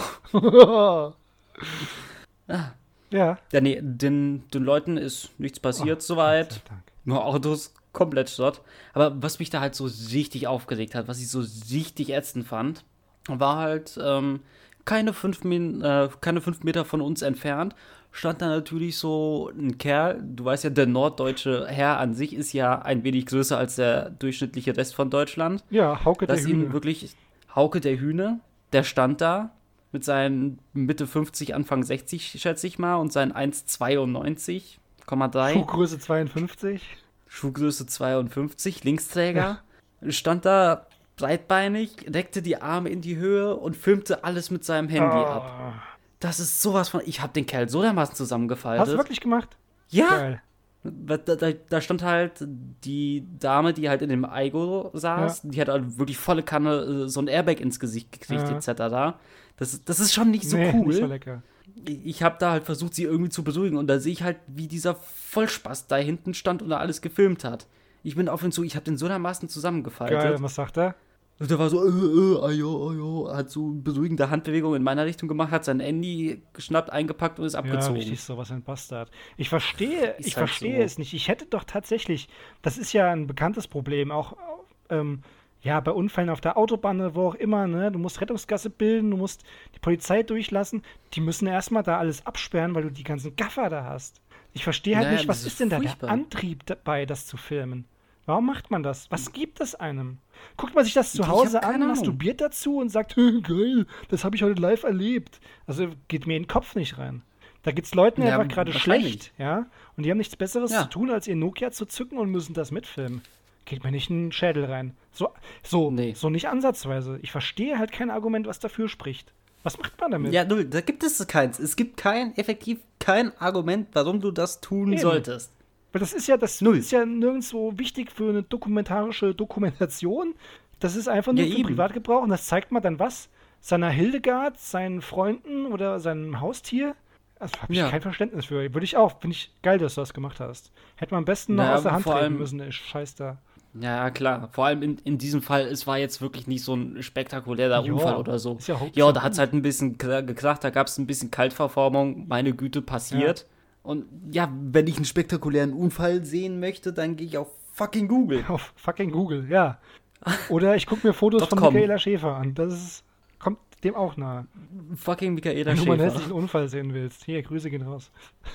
Ja. Ja, nee, den, den Leuten ist nichts passiert soweit. Gott sei Dank. Nur Autos komplett Schrott. Aber was mich da halt so richtig aufgeregt hat, was ich so richtig ätzend fand, war halt ähm, keine, fünf Min- äh, keine fünf Meter von uns entfernt, stand da natürlich so ein Kerl. Du weißt ja, der norddeutsche Herr an sich ist ja ein wenig größer als der durchschnittliche Rest von Deutschland. Ja, Hauke der Dass ihn Hühner. wirklich Hauke der Hühne, der stand da mit seinen Mitte fünfzig, Anfang sechzig, schätze ich mal, und seinen eins Komma zweiundneunzig Komma drei. Schuhgröße zweiundfünfzig. Schuhgröße zweiundfünfzig, Linksträger, stand da breitbeinig, reckte die Arme in die Höhe und filmte alles mit seinem Handy ab. Ah. Das ist sowas von. Ich hab den Kerl so dermaßen zusammengefaltet. Hast du wirklich gemacht? Ja! Geil. Da, da, da stand halt die Dame, die halt in dem Aigo saß, die hat halt wirklich volle Kanne äh, so ein Airbag ins Gesicht gekriegt, Ja. et cetera. Das, das ist schon nicht so Nee, cool. nicht so lecker. Ich habe da halt versucht, sie irgendwie zu beruhigen und da sehe ich halt, wie dieser Vollspaß da hinten stand und da alles gefilmt hat. Ich bin auf ihn zu, ich habe den so dermaßen zusammengefaltet. Geil, was sagt er? Und der war so, äh, äh, ajo, ajo, hat so beruhigende Handbewegungen in meiner Richtung gemacht, hat sein Handy geschnappt, eingepackt und ist Ja, abgezogen. richtig, sowas ein Bastard. Ich verstehe, Ist ich halt verstehe so. es nicht. Ich hätte doch tatsächlich, das ist ja ein bekanntes Problem, auch ähm, ja, bei Unfällen auf der Autobahn, wo auch immer, ne? Du musst Rettungsgasse bilden, du musst die Polizei durchlassen. Die müssen erstmal da alles absperren, weil du die ganzen Gaffer da hast. Ich verstehe halt Naja, nicht, das was ist ist denn da der furchtbar. Antrieb dabei, das zu filmen? Warum macht man das? Was gibt es einem? Guckt man sich das zu Ich Hause hab keine an, Ahnung. masturbiert dazu und sagt, "Hm, geil, das habe ich heute live erlebt. Also geht mir in den Kopf nicht rein. Da geht's Leuten Ja, einfach gerade wahrscheinlich. schlecht, ja? Und die haben nichts Besseres Ja. zu tun, als ihr Nokia zu zücken und müssen das mitfilmen. Geht mir nicht in den Schädel rein. So, so, Nee. so nicht ansatzweise. Ich verstehe halt kein Argument, was dafür spricht. Was macht man damit? Ja, null, da gibt es keins. Es gibt kein, effektiv kein Argument, warum du das tun Eben. solltest. Weil das ist ja, das Null. ist ja nirgendwo wichtig für eine dokumentarische Dokumentation. Das ist einfach nur Ja, für eben. Privatgebrauch und das zeigt man dann was? Seiner Hildegard, seinen Freunden oder seinem Haustier? Also habe ich Ja. kein Verständnis für. Würde ich auch. Finde ich geil, dass du das gemacht hast. Hätte man am besten noch Naja, aus der Hand vor treten allem- müssen, ey, Scheiß da. Ja, klar. Vor allem in, in diesem Fall, es war jetzt wirklich nicht so ein spektakulärer Ja, Unfall oder so. ist ja hau- Ja, ist da ja hat es halt ein bisschen kra- gekracht, da gab es ein bisschen Kaltverformung, meine Güte, passiert. Und ja, wenn ich einen spektakulären Unfall sehen möchte, dann gehe ich auf fucking Google. Auf fucking Google, ja. Oder ich gucke mir Fotos Dot von com. Michaela Schäfer an. Das ist, kommt dem auch nahe. Fucking Michaela Wenn du mal einen Schäfer. hässlichen Unfall sehen willst. Hier, Grüße gehen raus.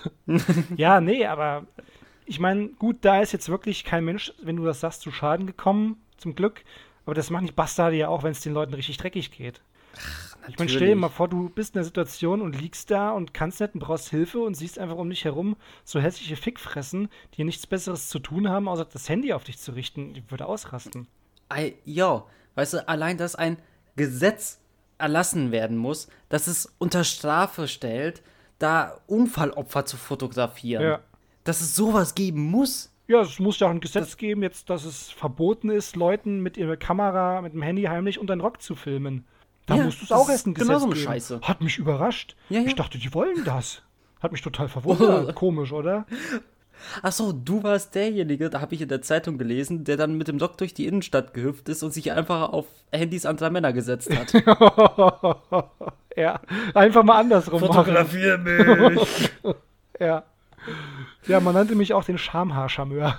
Ja, nee, aber ich meine, gut, da ist jetzt wirklich kein Mensch, wenn du das sagst, zu Schaden gekommen, zum Glück. Aber das machen die Bastarde ja auch, wenn es den Leuten richtig dreckig geht. Ich meine, stell dir mal vor, du bist in der Situation und liegst da und kannst nicht und brauchst Hilfe und siehst einfach um dich herum so hässliche Fickfressen, die nichts Besseres zu tun haben, außer das Handy auf dich zu richten. Ich würde ausrasten. Ei, ja, weißt du, allein, dass ein Gesetz erlassen werden muss, dass es unter Strafe stellt, da Unfallopfer zu fotografieren. Ja. Dass es sowas geben muss. Ja, es muss ja auch ein Gesetz das geben, jetzt, dass es verboten ist, Leuten mit ihrer Kamera, mit dem Handy heimlich unter den Rock zu filmen. Da ja, musst du es auch erst ein Gesetz genau so eine geben. Scheiße. Hat mich überrascht. Ja, ja. Ich dachte, die wollen das. Hat mich total verwundert. Oh. Komisch, oder? Achso, du warst derjenige, da habe ich in der Zeitung gelesen, der dann mit dem Dock durch die Innenstadt gehüpft ist und sich einfach auf Handys anderer Männer gesetzt hat. Ja, einfach mal andersrum Fotografier mich. Ja. Ja, man nannte mich auch den Schamhaarcharmeur.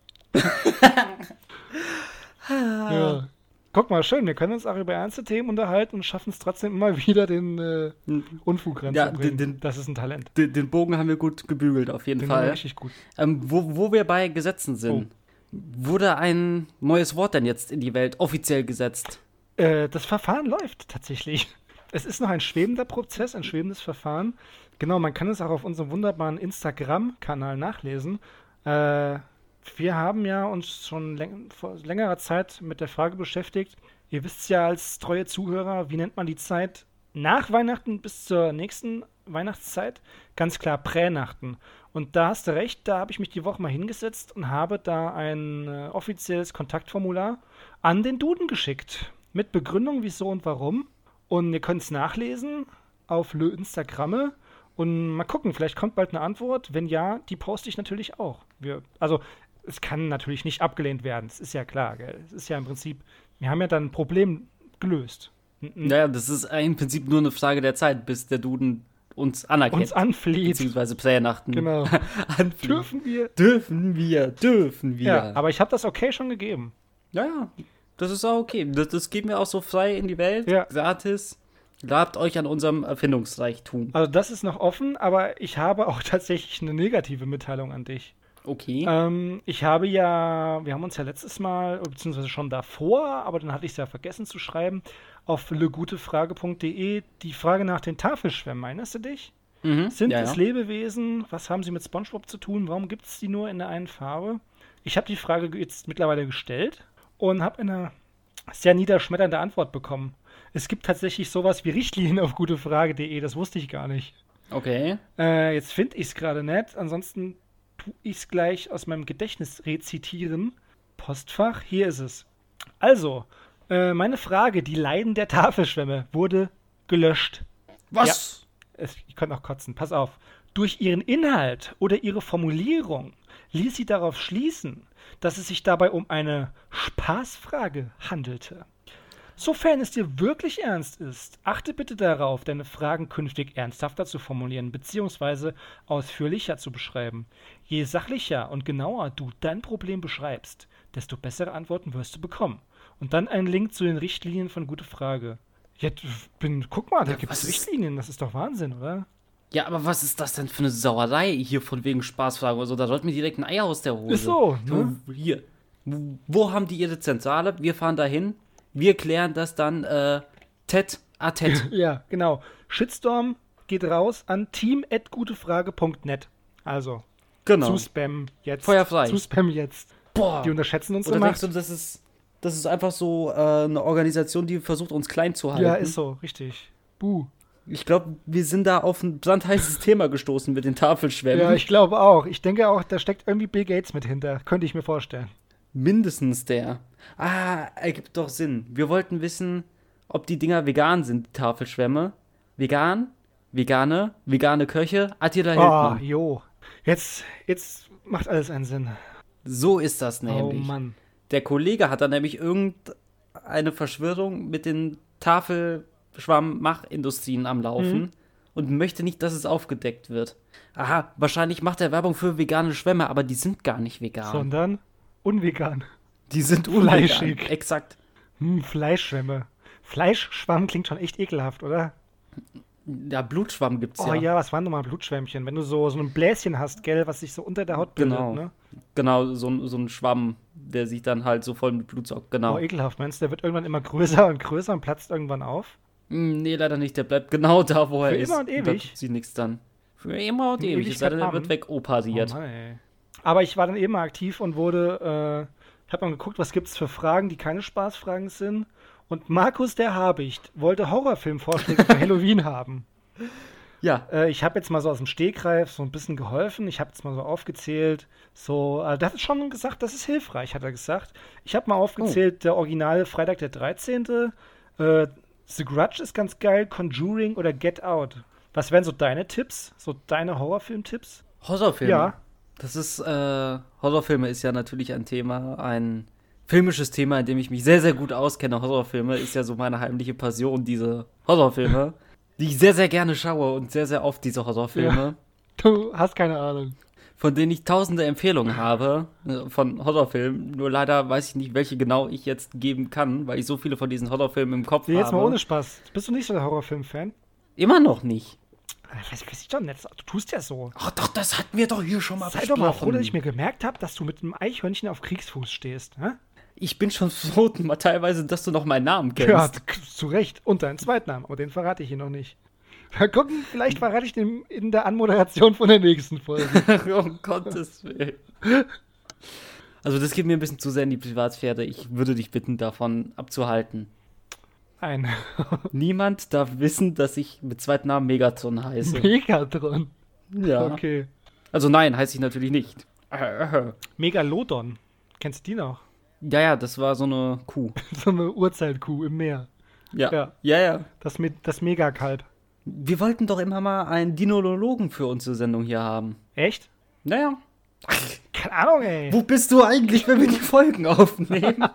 Ja. Guck mal, schön, wir können uns auch über ernste Themen unterhalten und schaffen es trotzdem immer wieder, den äh, Unfug ranzubringen. Ja, das ist ein Talent. Den, den Bogen haben wir gut gebügelt, auf jeden den Fall. Richtig gut. Ähm, wo, wo wir bei Gesetzen sind, oh. wurde ein neues Wort denn jetzt in die Welt offiziell gesetzt? Äh, das Verfahren läuft tatsächlich. Es ist noch ein schwebender Prozess, ein schwebendes Verfahren. Genau, man kann es auch auf unserem wunderbaren Instagram-Kanal nachlesen. Äh, wir haben ja uns schon läng- vor längerer Zeit mit der Frage beschäftigt, ihr wisst ja als treue Zuhörer, wie nennt man die Zeit nach Weihnachten bis zur nächsten Weihnachtszeit? Ganz klar Pränachten. Und da hast du recht, da habe ich mich die Woche mal hingesetzt und habe da ein äh, offizielles Kontaktformular an den Duden geschickt. Mit Begründung, wieso und warum. Und ihr könnt es nachlesen auf Le Instagramme. Und mal gucken, vielleicht kommt bald eine Antwort. Wenn ja, die poste ich natürlich auch. Wir, also, es kann natürlich nicht abgelehnt werden. Das ist ja klar, gell? Es ist ja im Prinzip, wir haben ja dann ein Problem gelöst. Naja, das ist im Prinzip nur eine Frage der Zeit, bis der Duden uns anerkennt. Uns anflieht. Beziehungsweise Pränachten. Genau. Dürfen wir. Dürfen wir, dürfen wir. Ja, aber ich habe das okay schon gegeben. Ja, ja. Das ist auch okay. Das, das geben wir auch so frei in die Welt. Ja. Gratis. Labt euch an unserem Erfindungsreichtum. Also das ist noch offen, aber ich habe auch tatsächlich eine negative Mitteilung an dich. Okay. Ähm, ich habe ja, wir haben uns ja letztes Mal, beziehungsweise schon davor, aber dann hatte ich es ja vergessen zu schreiben, auf legutefrage punkt de die Frage nach den Tafelschwämmen. Erinnerst du dich? Mhm. Sind ja, es ja. Lebewesen? Was haben sie mit SpongeBob zu tun? Warum gibt es die nur in der einen Farbe? Ich habe die Frage jetzt mittlerweile gestellt und habe eine sehr niederschmetternde Antwort bekommen. Es gibt tatsächlich sowas wie Richtlinien auf gutefrage punkt de, das wusste ich gar nicht. Okay. Äh, jetzt finde ich es gerade nicht, ansonsten tue ich es gleich aus meinem Gedächtnis rezitieren. Postfach, hier ist es. Also, äh, meine Frage, die Leiden der Tafelschwämme, wurde gelöscht. Was? Ja, es, ich könnte auch kotzen, pass auf. Durch ihren Inhalt oder ihre Formulierung ließ sie darauf schließen, dass es sich dabei um eine Spaßfrage handelte. Sofern es dir wirklich ernst ist, achte bitte darauf, deine Fragen künftig ernsthafter zu formulieren bzw. ausführlicher zu beschreiben. Je sachlicher und genauer du dein Problem beschreibst, desto bessere Antworten wirst du bekommen. Und dann ein Link zu den Richtlinien von Gute Frage. Jetzt bin, guck mal, da Ja, gibt es was ist- Richtlinien, das ist doch Wahnsinn, oder? Ja, aber was ist das denn für eine Sauerei hier von wegen Spaßfragen oder so? Da rollt mir direkt ein Ei aus der Hose. Ist so, ne? Wo- Hier. Wo, wo haben die ihre Zentrale? Wir fahren dahin. Wir klären das dann äh, tete à tete. Ja, genau. Shitstorm geht raus an team at gutefrage punkt net. Also, Genau. zu Spam jetzt. Feuerfrei. Zu Spam jetzt. Boah. Die unterschätzen uns so Oder macht. denkst du, das ist, das ist einfach so äh, eine Organisation, die versucht, uns klein zu halten? Ja, ist so, richtig. Buh. Ich glaube, wir sind da auf ein brandheißes Thema gestoßen mit den Tafelschwämmen. Ja, ich glaube auch. Ich denke auch, da steckt irgendwie Bill Gates mit hinter. Könnte ich mir vorstellen. Mindestens der. Ah, ergibt doch Sinn. Wir wollten wissen, ob die Dinger vegan sind, die Tafelschwämme. Vegan? Vegane? Vegane Köche? Attila Oh, Hildmann. jo. Jetzt, jetzt macht alles einen Sinn. So ist das Oh, nämlich. Mann. Der Kollege hat da nämlich irgendeine Verschwörung mit den Tafelschwamm-Machindustrien am Laufen Mhm. und möchte nicht, dass es aufgedeckt wird. Aha, wahrscheinlich macht er Werbung für vegane Schwämme, aber die sind gar nicht vegan. Sondern unvegan. Die sind Fleischig. unvegan. Exakt. Hm, Fleischschwämme. Fleischschwamm klingt schon echt ekelhaft, oder? Ja, Blutschwamm gibt's Oh ja. ja, was waren nochmal Blutschwämmchen? Wenn du so, so ein Bläschen hast, gell, was sich so unter der Haut bildet, Genau. ne? Genau, so, ein- so ein Schwamm, der sich dann halt so voll mit Blut saugt. Genau. Oh, ekelhaft. Meinst du, der wird irgendwann immer größer und größer und platzt irgendwann auf? Hm, nee, leider nicht. Der bleibt genau da, wo er Für ist. immer und ewig? Da tut sie nichts dann. Für immer und Eine ewig. Es sei denn, er wird Ewigkeit wegoperiert. Oh Mann, ey. Aber ich war dann eben mal aktiv und wurde, äh, ich habe mal geguckt, was gibt's für Fragen, die keine Spaßfragen sind. Und Markus der Habicht wollte Horrorfilmvorschläge für Halloween haben. Ja. Äh, ich habe jetzt mal so aus dem Stegreif so ein bisschen geholfen. Ich habe jetzt mal so aufgezählt. So, äh, das ist schon gesagt, das ist hilfreich, hat er gesagt. Ich habe mal aufgezählt, oh. der originale Freitag der dreizehnte. Äh, The Grudge ist ganz geil, Conjuring oder Get Out. Was wären so deine Tipps? So deine Horrorfilm-Tipps? Horrorfilme? Ja. Das ist, äh, Horrorfilme ist ja natürlich ein Thema, ein filmisches Thema, in dem ich mich sehr, sehr gut auskenne. Horrorfilme ist ja so meine heimliche Passion, diese Horrorfilme, die ich sehr, sehr gerne schaue und sehr, sehr oft diese Horrorfilme. Ja. Du hast keine Ahnung. Von denen ich tausende Empfehlungen habe äh, von Horrorfilmen. Nur leider weiß ich nicht, welche genau ich jetzt geben kann, weil ich so viele von diesen Horrorfilmen im Kopf nee, habe. Jetzt mal ohne Spaß. Bist du nicht so der Horrorfilm-Fan? Immer noch nicht. Das weiß ich doch nicht. Du tust ja so. Ach doch, das hatten wir doch hier schon mal Sei besprochen. doch mal froh, dass ich mir gemerkt habe, dass du mit einem Eichhörnchen auf Kriegsfuß stehst. Hä? Ich bin schon so teilweise, dass du noch meinen Namen kennst. Ja, zu Recht. Und deinen Zweitnamen. Aber den verrate ich hier noch nicht. Mal gucken, vielleicht verrate ich den in der Anmoderation von der nächsten Folge. Um Gottes Willen. Also das geht mir ein bisschen zu sehr in die Privatsphäre. Ich würde dich bitten, davon abzuhalten. Ein. Niemand darf wissen, dass ich mit zweiten Namen Megatron heiße. Megatron? Ja. Okay. Also nein, heiße ich natürlich nicht. Megalodon. Kennst du die noch? Ja, ja, das war so eine Kuh. So eine Urzeitkuh im Meer. Ja, ja, ja. ja. Das, Me- das Megakalb. Wir wollten doch immer mal einen Dinologen für unsere Sendung hier haben. Echt? Naja. Keine Ahnung, ey. Wo bist du eigentlich, wenn wir die Folgen aufnehmen?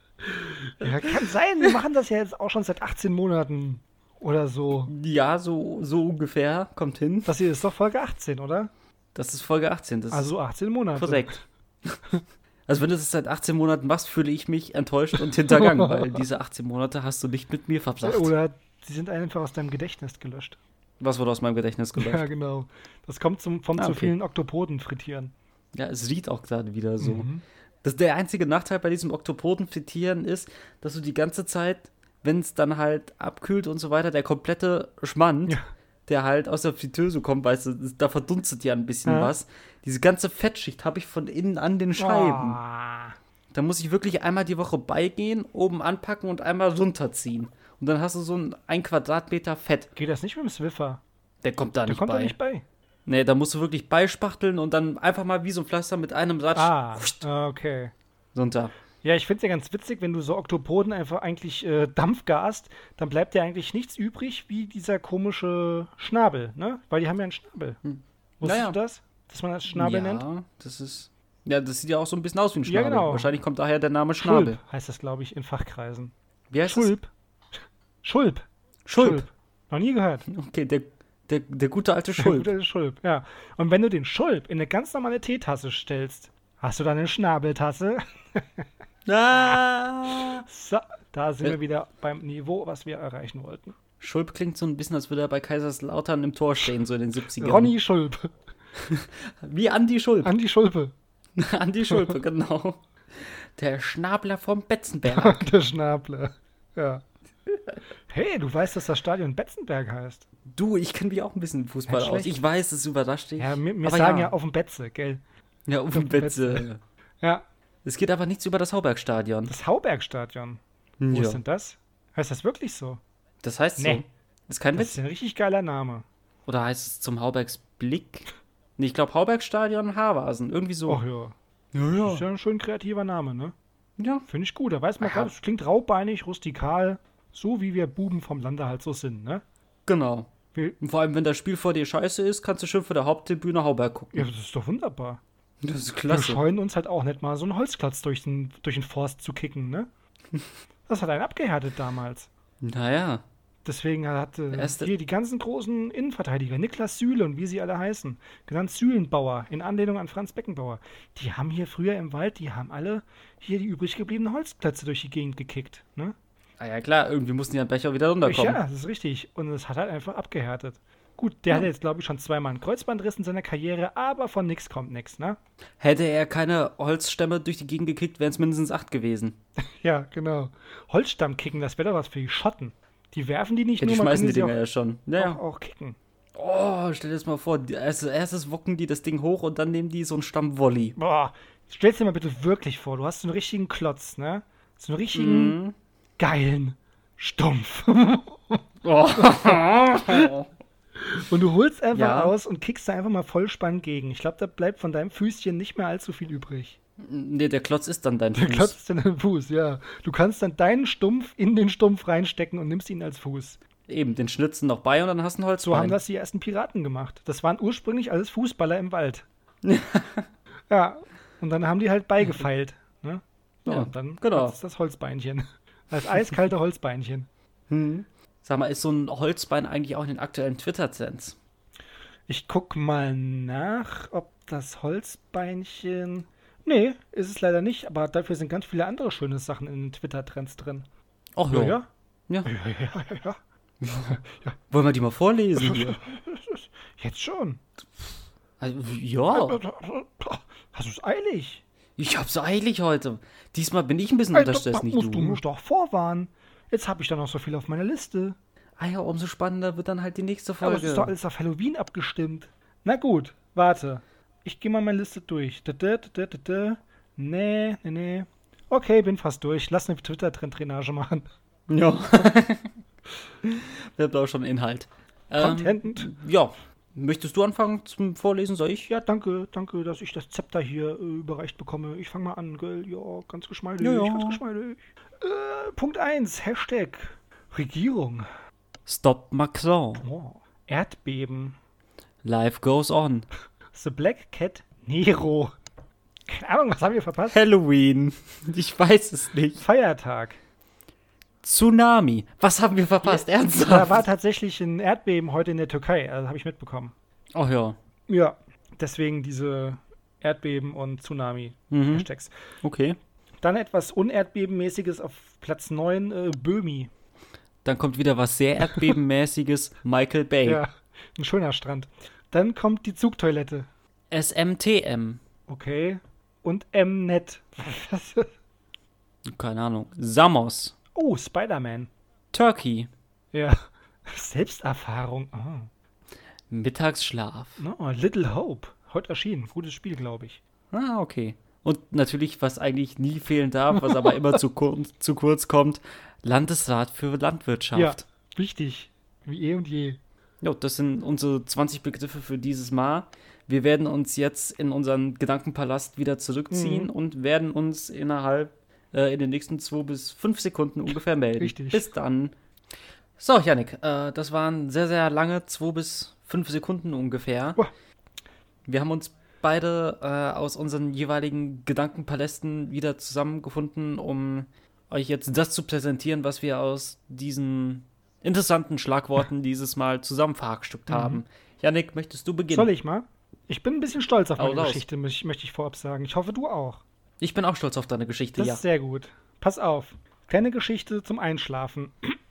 Ja, kann sein. Wir machen das ja jetzt auch schon seit achtzehn Monaten oder so. Ja, so, so ungefähr. Kommt hin. Das hier ist doch Folge achtzehn, oder? Das ist Folge achtzehn. Das also achtzehn Monate. Korrekt. Also wenn du es seit achtzehn Monaten machst, fühle ich mich enttäuscht und hintergangen, weil diese achtzehn Monate hast du nicht mit mir verbracht. Oder sie sind einfach aus deinem Gedächtnis gelöscht. Was wurde aus meinem Gedächtnis gelöscht? Ja, genau. Das kommt zum, vom ah, okay. zu vielen Oktopoden frittieren. Ja, es riecht auch gerade wieder so. Mhm. Das, der einzige Nachteil bei diesem Oktopoden frittieren ist, dass du die ganze Zeit, wenn es dann halt abkühlt und so weiter, der komplette Schmand, ja. der halt aus der Fritteuse kommt, weißt du, da verdunstet ja ein bisschen ja. was. Diese ganze Fettschicht habe ich von innen an den Scheiben. Oh. Da muss ich wirklich einmal die Woche beigehen, oben anpacken und einmal runterziehen. Und dann hast du so ein, ein Quadratmeter Fett. Geht das nicht mit dem Swiffer? Der kommt da der nicht kommt bei. Da nicht bei. Nee, da musst du wirklich beispachteln und dann einfach mal wie so ein Pflaster mit einem Satz ah, okay. runter. Ja, ich finde es ja ganz witzig, wenn du so Oktopoden einfach eigentlich äh, Dampf gast, dann bleibt ja eigentlich nichts übrig wie dieser komische Schnabel, ne? Weil die haben ja einen Schnabel. Hm. Wusstest naja. du das? Dass man das Schnabel ja, nennt? Ja, das ist. Ja, das sieht ja auch so ein bisschen aus wie ein Schnabel. Ja, genau. Wahrscheinlich kommt daher der Name Schnabel. Schulp heißt das, glaube ich, in Fachkreisen. Wie heißt Schulp. Das? Schulp. Schulp. Schulp. Noch nie gehört. Okay, der, der, der gute alte Schulp. Der gute Schulp, ja. Und wenn du den Schulp in eine ganz normale Teetasse stellst, hast du dann eine Schnabeltasse. ah. So, da sind ja. wir wieder beim Niveau, was wir erreichen wollten. Schulp klingt so ein bisschen, als würde er bei Kaiserslautern im Tor stehen, so in den siebzigern. Ronny Schulp. Wie Andi Schulp. Andi Schulpe. Andi Schulpe, genau. Der Schnabler vom Betzenberg. Der Schnabler, ja. Hey, du weißt, dass das Stadion Betzenberg heißt. Du, ich kenne mich auch ein bisschen Fußball aus. Ich weiß, es überrascht dich. Ja, wir, wir sagen ja. ja auf dem Betze, gell? Ja, auf dem Betze. Betze. Ja. Es geht aber nichts über das Haubergstadion. Das Haubergstadion? Wo ja. ist denn das? Heißt das wirklich so? Das heißt nee. so. Ist kein das Witz. ist ein richtig geiler Name. Oder heißt es zum Haubergsblick? Nee, ich glaube Haubergstadion Haarwasen. Irgendwie so. Ach ja. Ja, ja. Das ist ja ein schön kreativer Name, ne? Ja. Finde ich gut. Da weiß man gerade, es klingt raubeinig, rustikal. So wie wir Buben vom Lande halt so sind, ne? Genau. Und vor allem, wenn das Spiel vor dir scheiße ist, kannst du schön vor der Haupttribüne Hauberg gucken. Ja, das ist doch wunderbar. Das ist klasse. Wir scheuen uns halt auch nicht mal, so einen Holzklotz durch den, durch den Forst zu kicken, ne? Das hat einen abgehärtet damals. Naja. Deswegen hat äh, hier die ganzen großen Innenverteidiger, Niklas Süle und wie sie alle heißen, genannt Sülenbauer, in Anlehnung an Franz Beckenbauer, die haben hier früher im Wald, die haben alle hier die übrig gebliebenen Holzklötze durch die Gegend gekickt, ne? Ah ja, klar, irgendwie mussten die an Becher wieder runterkommen. Ja, das ist richtig. Und es hat halt einfach abgehärtet. Gut, der ja. hat jetzt, glaube ich, schon zweimal einen Kreuzbandriss in seiner Karriere, aber von nix kommt nix, ne? Hätte er keine Holzstämme durch die Gegend gekickt, wären es mindestens acht gewesen. Ja, genau. Holzstamm kicken, das wäre doch was für die Schotten. Die werfen die nicht ja, nur, die man schmeißen die Dinger auch, ja schon. Naja. Auch, auch kicken. Oh, stell dir das mal vor, als erstes wocken die das Ding hoch und dann nehmen die so einen Stamm Volley. Boah, stell's dir mal bitte wirklich vor, du hast so einen richtigen Klotz, ne? So einen richtigen mm. geilen Stumpf. oh. Und du holst einfach Ja. aus und kickst da einfach mal voll spannend gegen. Ich glaube, da bleibt von deinem Füßchen nicht mehr allzu viel übrig. Nee, der Klotz ist dann dein Der Fuß. Klotz ist in deinem Fuß, ja. Du kannst dann deinen Stumpf in den Stumpf reinstecken und nimmst ihn als Fuß. Eben, den Schnitzen noch bei und dann hast du ein Holzbein. So haben das die ersten Piraten gemacht. Das waren ursprünglich alles Fußballer im Wald. Ja, und dann haben die halt beigefeilt. Ne? So, Ja, und dann genau. das ist das Holzbeinchen. Das eiskalte Holzbeinchen. Hm. Sag mal, ist so ein Holzbein eigentlich auch in den aktuellen Twitter-Trends? Ich guck mal nach, ob das Holzbeinchen. Nee, ist es leider nicht, aber dafür sind ganz viele andere schöne Sachen in den Twitter-Trends drin. Ach Ja, ja. ja. Ja. Ja, ja, ja, ja. Wollen wir die mal vorlesen? hier? Jetzt schon. Also, ja, Hast du es eilig? ich hab's eilig heute. Diesmal bin ich ein bisschen unter Stress, nicht musst du du. mich doch vorwarnen. Jetzt habe ich da noch so viel auf meiner Liste. Ah ja, umso spannender wird dann halt die nächste Aber es ist doch Folge. alles auf Halloween abgestimmt. Na gut, warte. Ich gehe mal meine Liste durch. Da, da, da, da, da. Nee, nee, nee. Okay, bin fast durch. Lass eine Twitter-Trend-Drainage machen. Ja. Wir haben auch schon Inhalt. Content. Ähm, ja. Möchtest du anfangen zum Vorlesen? Soll ich? Ja, danke, danke, dass ich das Zepter hier äh, überreicht bekomme. Ich fange mal an, gell? Ja, ganz geschmeidig, Ja, ja. ganz geschmeidig. Äh, Punkt eins, Hashtag Regierung. Stop Macron. Oh, Erdbeben. Life goes on. The Black Cat Nero. Keine Ahnung, was haben wir verpasst? Halloween. Ich weiß es nicht. Feiertag. Tsunami. Was haben wir verpasst? Da war Ernsthaft? tatsächlich ein Erdbeben heute in der Türkei, also habe ich mitbekommen. Ach ja. Ja, deswegen diese Erdbeben und Mhm. Tsunami-Hashtags. Okay. Dann etwas Unerdbebenmäßiges auf Platz neun, äh, Böhmi. Dann kommt wieder was sehr Erdbebenmäßiges. Michael Bay. Ja, ein schöner Strand. Dann kommt die Zugtoilette. S M T M. Okay. Und Mnet. Keine Ahnung. Samos. Oh, Spider-Man. Turkey. Ja. Selbsterfahrung. Ah. Mittagsschlaf. No, Little Hope. Heute erschienen. Gutes Spiel, glaube ich. Ah, okay. Und natürlich, was eigentlich nie fehlen darf, was aber immer zu, kur zu kurz kommt, Landesrat für Landwirtschaft. Ja, wichtig. Wie eh und je. Ja, das sind unsere zwanzig Begriffe für dieses Mal. Wir werden uns jetzt in unseren Gedankenpalast wieder zurückziehen Mhm. und werden uns innerhalb, äh, in den nächsten zwei bis fünf Sekunden ungefähr melden. Richtig. Bis dann. So, Yannick, äh, das waren sehr, sehr lange, zwei bis fünf Sekunden ungefähr. Boah. Wir haben uns beide äh, aus unseren jeweiligen Gedankenpalästen wieder zusammengefunden, um euch jetzt das zu präsentieren, was wir aus diesen interessanten Schlagworten dieses Mal zusammen verhackstückt Mhm. haben. Yannick, möchtest du beginnen? Soll ich mal? Ich bin ein bisschen stolz auf Hau meine raus. Geschichte, möchte möchte ich vorab sagen. Ich hoffe, du auch. Ich bin auch stolz auf deine Geschichte, Das ja. ist sehr gut. Pass auf. Kleine Geschichte zum Einschlafen.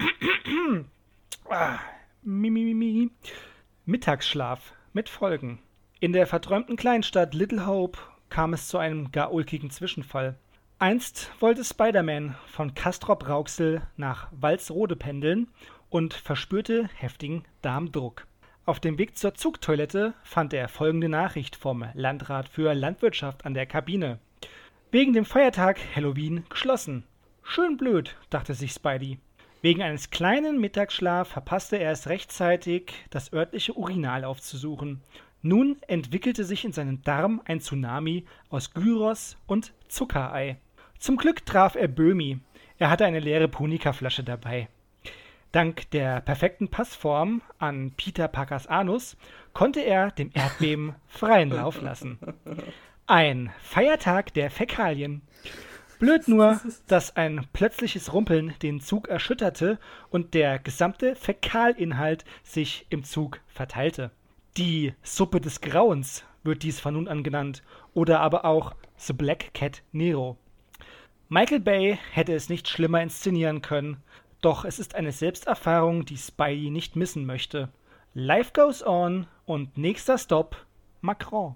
ah, mi, mi, mi, mi. Mittagsschlaf mit Folgen. In der verträumten Kleinstadt Little Hope kam es zu einem gar ulkigen Zwischenfall. Einst wollte Spider-Man von Castrop-Rauxel nach Walsrode pendeln und verspürte heftigen Darmdruck. Auf dem Weg zur Zugtoilette fand er folgende Nachricht vom Landrat für Landwirtschaft an der Kabine. Wegen dem Feiertag Halloween geschlossen. Schön blöd, dachte sich Spidey. Wegen eines kleinen Mittagsschlafs verpasste er es rechtzeitig, das örtliche Urinal aufzusuchen. Nun entwickelte sich in seinem Darm ein Tsunami aus Gyros und Zuckerei. Zum Glück traf er Böhmi. Er hatte eine leere Punika-Flasche dabei. Dank der perfekten Passform an Peter Parkers Anus konnte er dem Erdbeben freien Lauf lassen. Ein Feiertag der Fäkalien. Blöd nur, dass ein plötzliches Rumpeln den Zug erschütterte und der gesamte Fäkalinhalt sich im Zug verteilte. Die Suppe des Grauens wird dies von nun an genannt, oder aber auch The Black Cat Nero. Michael Bay hätte es nicht schlimmer inszenieren können, doch es ist eine Selbsterfahrung, die Spidey nicht missen möchte. Life goes on und nächster Stopp, Macron.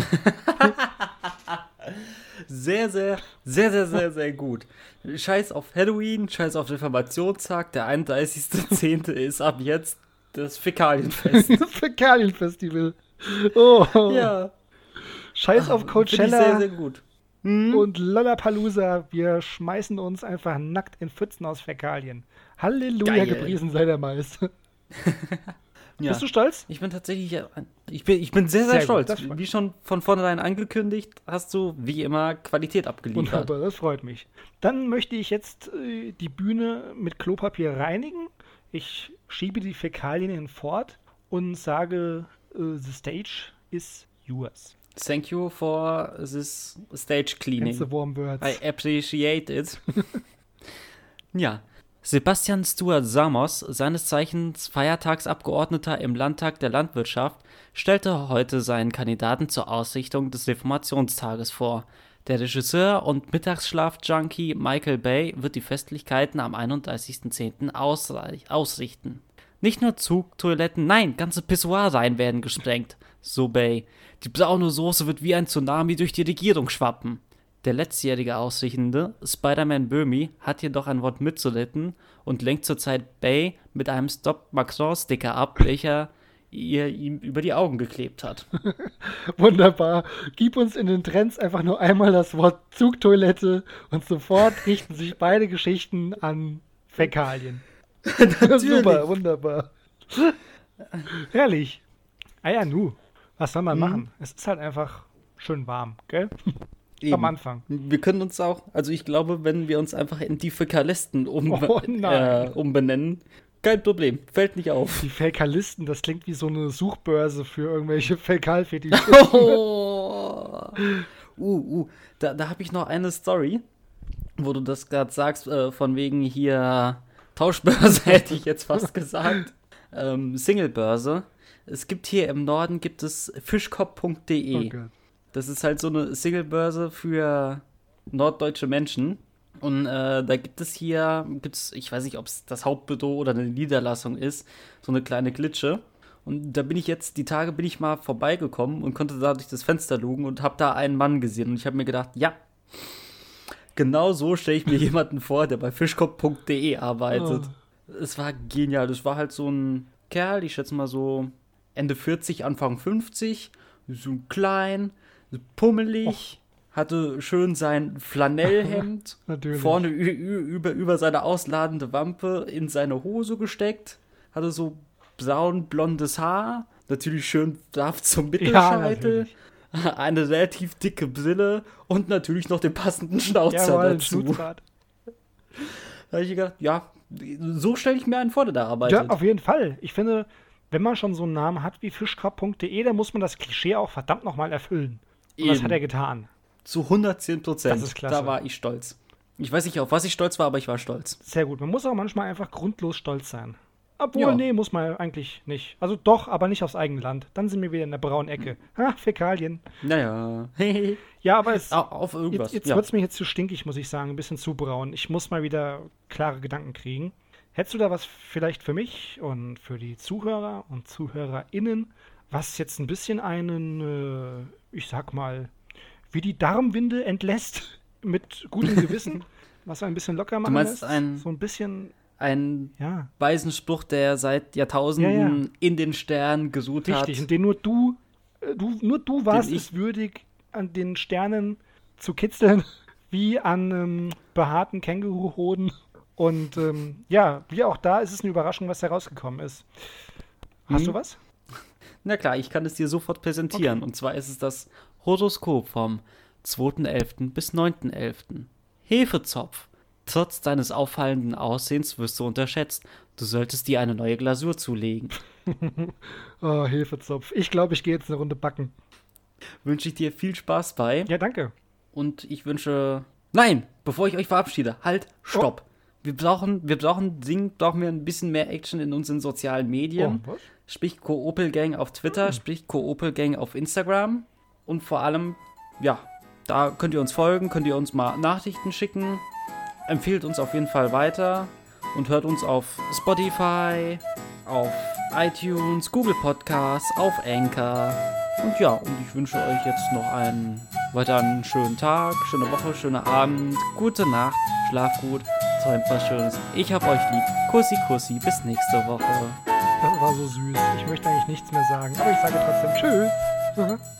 Sehr, sehr, sehr, sehr, sehr, sehr gut. Scheiß auf Halloween, scheiß auf Reformationstag. Der einunddreißigster zehnte ist ab jetzt das Fäkalienfest. Das Fäkalienfestival. Oh. Ja. Scheiß auf Finde ich sehr, Coachella sehr gut. Hm? und Lollapalooza. Wir schmeißen uns einfach nackt in Pfützen aus Fäkalien. Halleluja, Geil. gepriesen sei der Meister. Ja. Bist du stolz? Ich bin tatsächlich, äh, ich bin, ich bin sehr, sehr, Sehr gut, stolz. das freut Wie schon von vornherein angekündigt, hast du wie immer Qualität abgeliefert. Wunderbar, das freut mich. Dann möchte ich jetzt äh, die Bühne mit Klopapier reinigen. Ich schiebe die Fäkalien hinfort und sage, äh, the stage is yours. Thank you for this stage cleaning. That's the warm words. I appreciate it. Ja. Sebastian Stuart Samos, seines Zeichens Feiertagsabgeordneter im Landtag der Landwirtschaft, stellte heute seinen Kandidaten zur Ausrichtung des Reformationstages vor. Der Regisseur und Mittagsschlaf-Junkie Michael Bay wird die Festlichkeiten am einunddreißigsten zehnten ausrei- ausrichten. Nicht nur Zugtoiletten, nein, ganze Pissoirreihen werden gesprengt, so Bay. Die braune Soße wird wie ein Tsunami durch die Regierung schwappen. Der letztjährige Ausrichtende, Spider-Man Böhmi, hat jedoch ein Wort mitzureden und lenkt zurzeit Bay mit einem Stop-Macron-Sticker ab, welcher ihr ihm über die Augen geklebt hat. Wunderbar. Gib uns in den Trends einfach nur einmal das Wort Zugtoilette und sofort richten sich beide Geschichten an Fäkalien. Super, wunderbar. Herrlich. Ah ja, nu. Was soll man Mhm. machen? Es ist halt einfach schön warm, gell? Eben. Am Anfang. Wir können uns auch, also ich glaube, wenn wir uns einfach in die Fäkalisten um, Oh nein. äh, umbenennen, kein Problem, fällt nicht auf. Die Fäkalisten, das klingt wie so eine Suchbörse für irgendwelche Fäkalfetische. Oh. uh, uh, da, da habe ich noch eine Story, wo du das gerade sagst, äh, von wegen hier Tauschbörse, hätte ich jetzt fast gesagt. Ähm, Singlebörse. Es gibt hier im Norden, gibt es fischkopf punkt de. Oh Gott. Das ist halt so eine Singlebörse für norddeutsche Menschen. Und äh, da gibt es hier, gibt's, ich weiß nicht, ob es das Hauptbüro oder eine Niederlassung ist, so eine kleine Glitsche. Und da bin ich jetzt, die Tage bin ich mal vorbeigekommen und konnte da durch das Fenster lugen und habe da einen Mann gesehen. Und ich habe mir gedacht, ja, genau so stelle ich mir jemanden vor, der bei fischkopf punkt de arbeitet. Oh. Es war genial. Das war halt so ein Kerl, ich schätze mal so Ende vierzig, Anfang fünfzig, so klein, so pummelig, oh. hatte schön sein Flanellhemd Natürlich. vorne ü- ü- über, über seine ausladende Wampe in seine Hose gesteckt, hatte so braun-blondes Haar, natürlich schön darf zum Mittelscheitel, Ja, eine relativ dicke Brille und natürlich noch den passenden Schnauzer Jawohl, ein dazu. Schnutzbart. Da habe ich gedacht, ja, so stelle ich mir einen vor, der da arbeitet. Ja, auf jeden Fall. Ich finde, wenn man schon so einen Namen hat wie fischkopf punkt de, dann muss man das Klischee auch verdammt nochmal erfüllen. Und das Eben. hat er getan. Zu hundertzehn Prozent. Das ist klasse. Da war ich stolz. Ich weiß nicht, auf was ich stolz war, aber ich war stolz. Sehr gut. Man muss auch manchmal einfach grundlos stolz sein. Obwohl, Ja. nee, muss man eigentlich nicht. Also doch, aber nicht aufs eigene Land. Dann sind wir wieder in der braunen Ecke. Ha, Fäkalien. Naja. Ja, aber es, auf, auf irgendwas. jetzt, jetzt ja. wird es mir jetzt zu stinkig, muss ich sagen. Ein bisschen zu braun. Ich muss mal wieder klare Gedanken kriegen. Hättest du da was vielleicht für mich und für die Zuhörer und ZuhörerInnen, was jetzt ein bisschen einen, äh, ich sag mal, wie die Darmwinde entlässt, mit gutem Gewissen, was ein bisschen locker machen meinst lässt? ein- So ein bisschen, Ein ja, weisen Spruch, der seit Jahrtausenden Ja, ja. in den Sternen gesucht richtig. hat. Und den nur du, äh, du nur du warst ich- es würdig, an den Sternen zu kitzeln, wie an ähm, behaarten Känguruhoden. Und ähm, ja, wie auch da ist es eine Überraschung, was herausgekommen ist. Hast Hm. du was? Na klar, ich kann es dir sofort präsentieren. Und zwar ist es das Horoskop vom zweiten elften bis neunten elften Hefezopf. Trotz deines auffallenden Aussehens wirst du unterschätzt. Du solltest dir eine neue Glasur zulegen. Oh, Hefezopf. Ich glaube, ich gehe jetzt eine Runde backen. Wünsche ich dir viel Spaß bei. Ja, danke. Und ich wünsche... Nein, bevor ich euch verabschiede, halt, stopp. Wir brauchen, wir brauchen, dringend brauchen wir ein bisschen mehr Action in unseren sozialen Medien. Oh, was? Sprich Koopelgang auf Twitter, sprich Koopelgang auf Instagram. Und vor allem, ja, da könnt ihr uns folgen, könnt ihr uns mal Nachrichten schicken. Empfehlt uns auf jeden Fall weiter und hört uns auf Spotify, auf iTunes, Google Podcasts, auf Anchor. Und ja, und ich wünsche euch jetzt noch einen weiteren schönen Tag, schöne Woche, schönen Abend, gute Nacht, schlaf gut, träumt was Schönes. Ich hab euch lieb. Kussi, Kussi, bis nächste Woche. Das war so süß. Ich möchte eigentlich nichts mehr sagen, aber ich sage trotzdem Tschüss.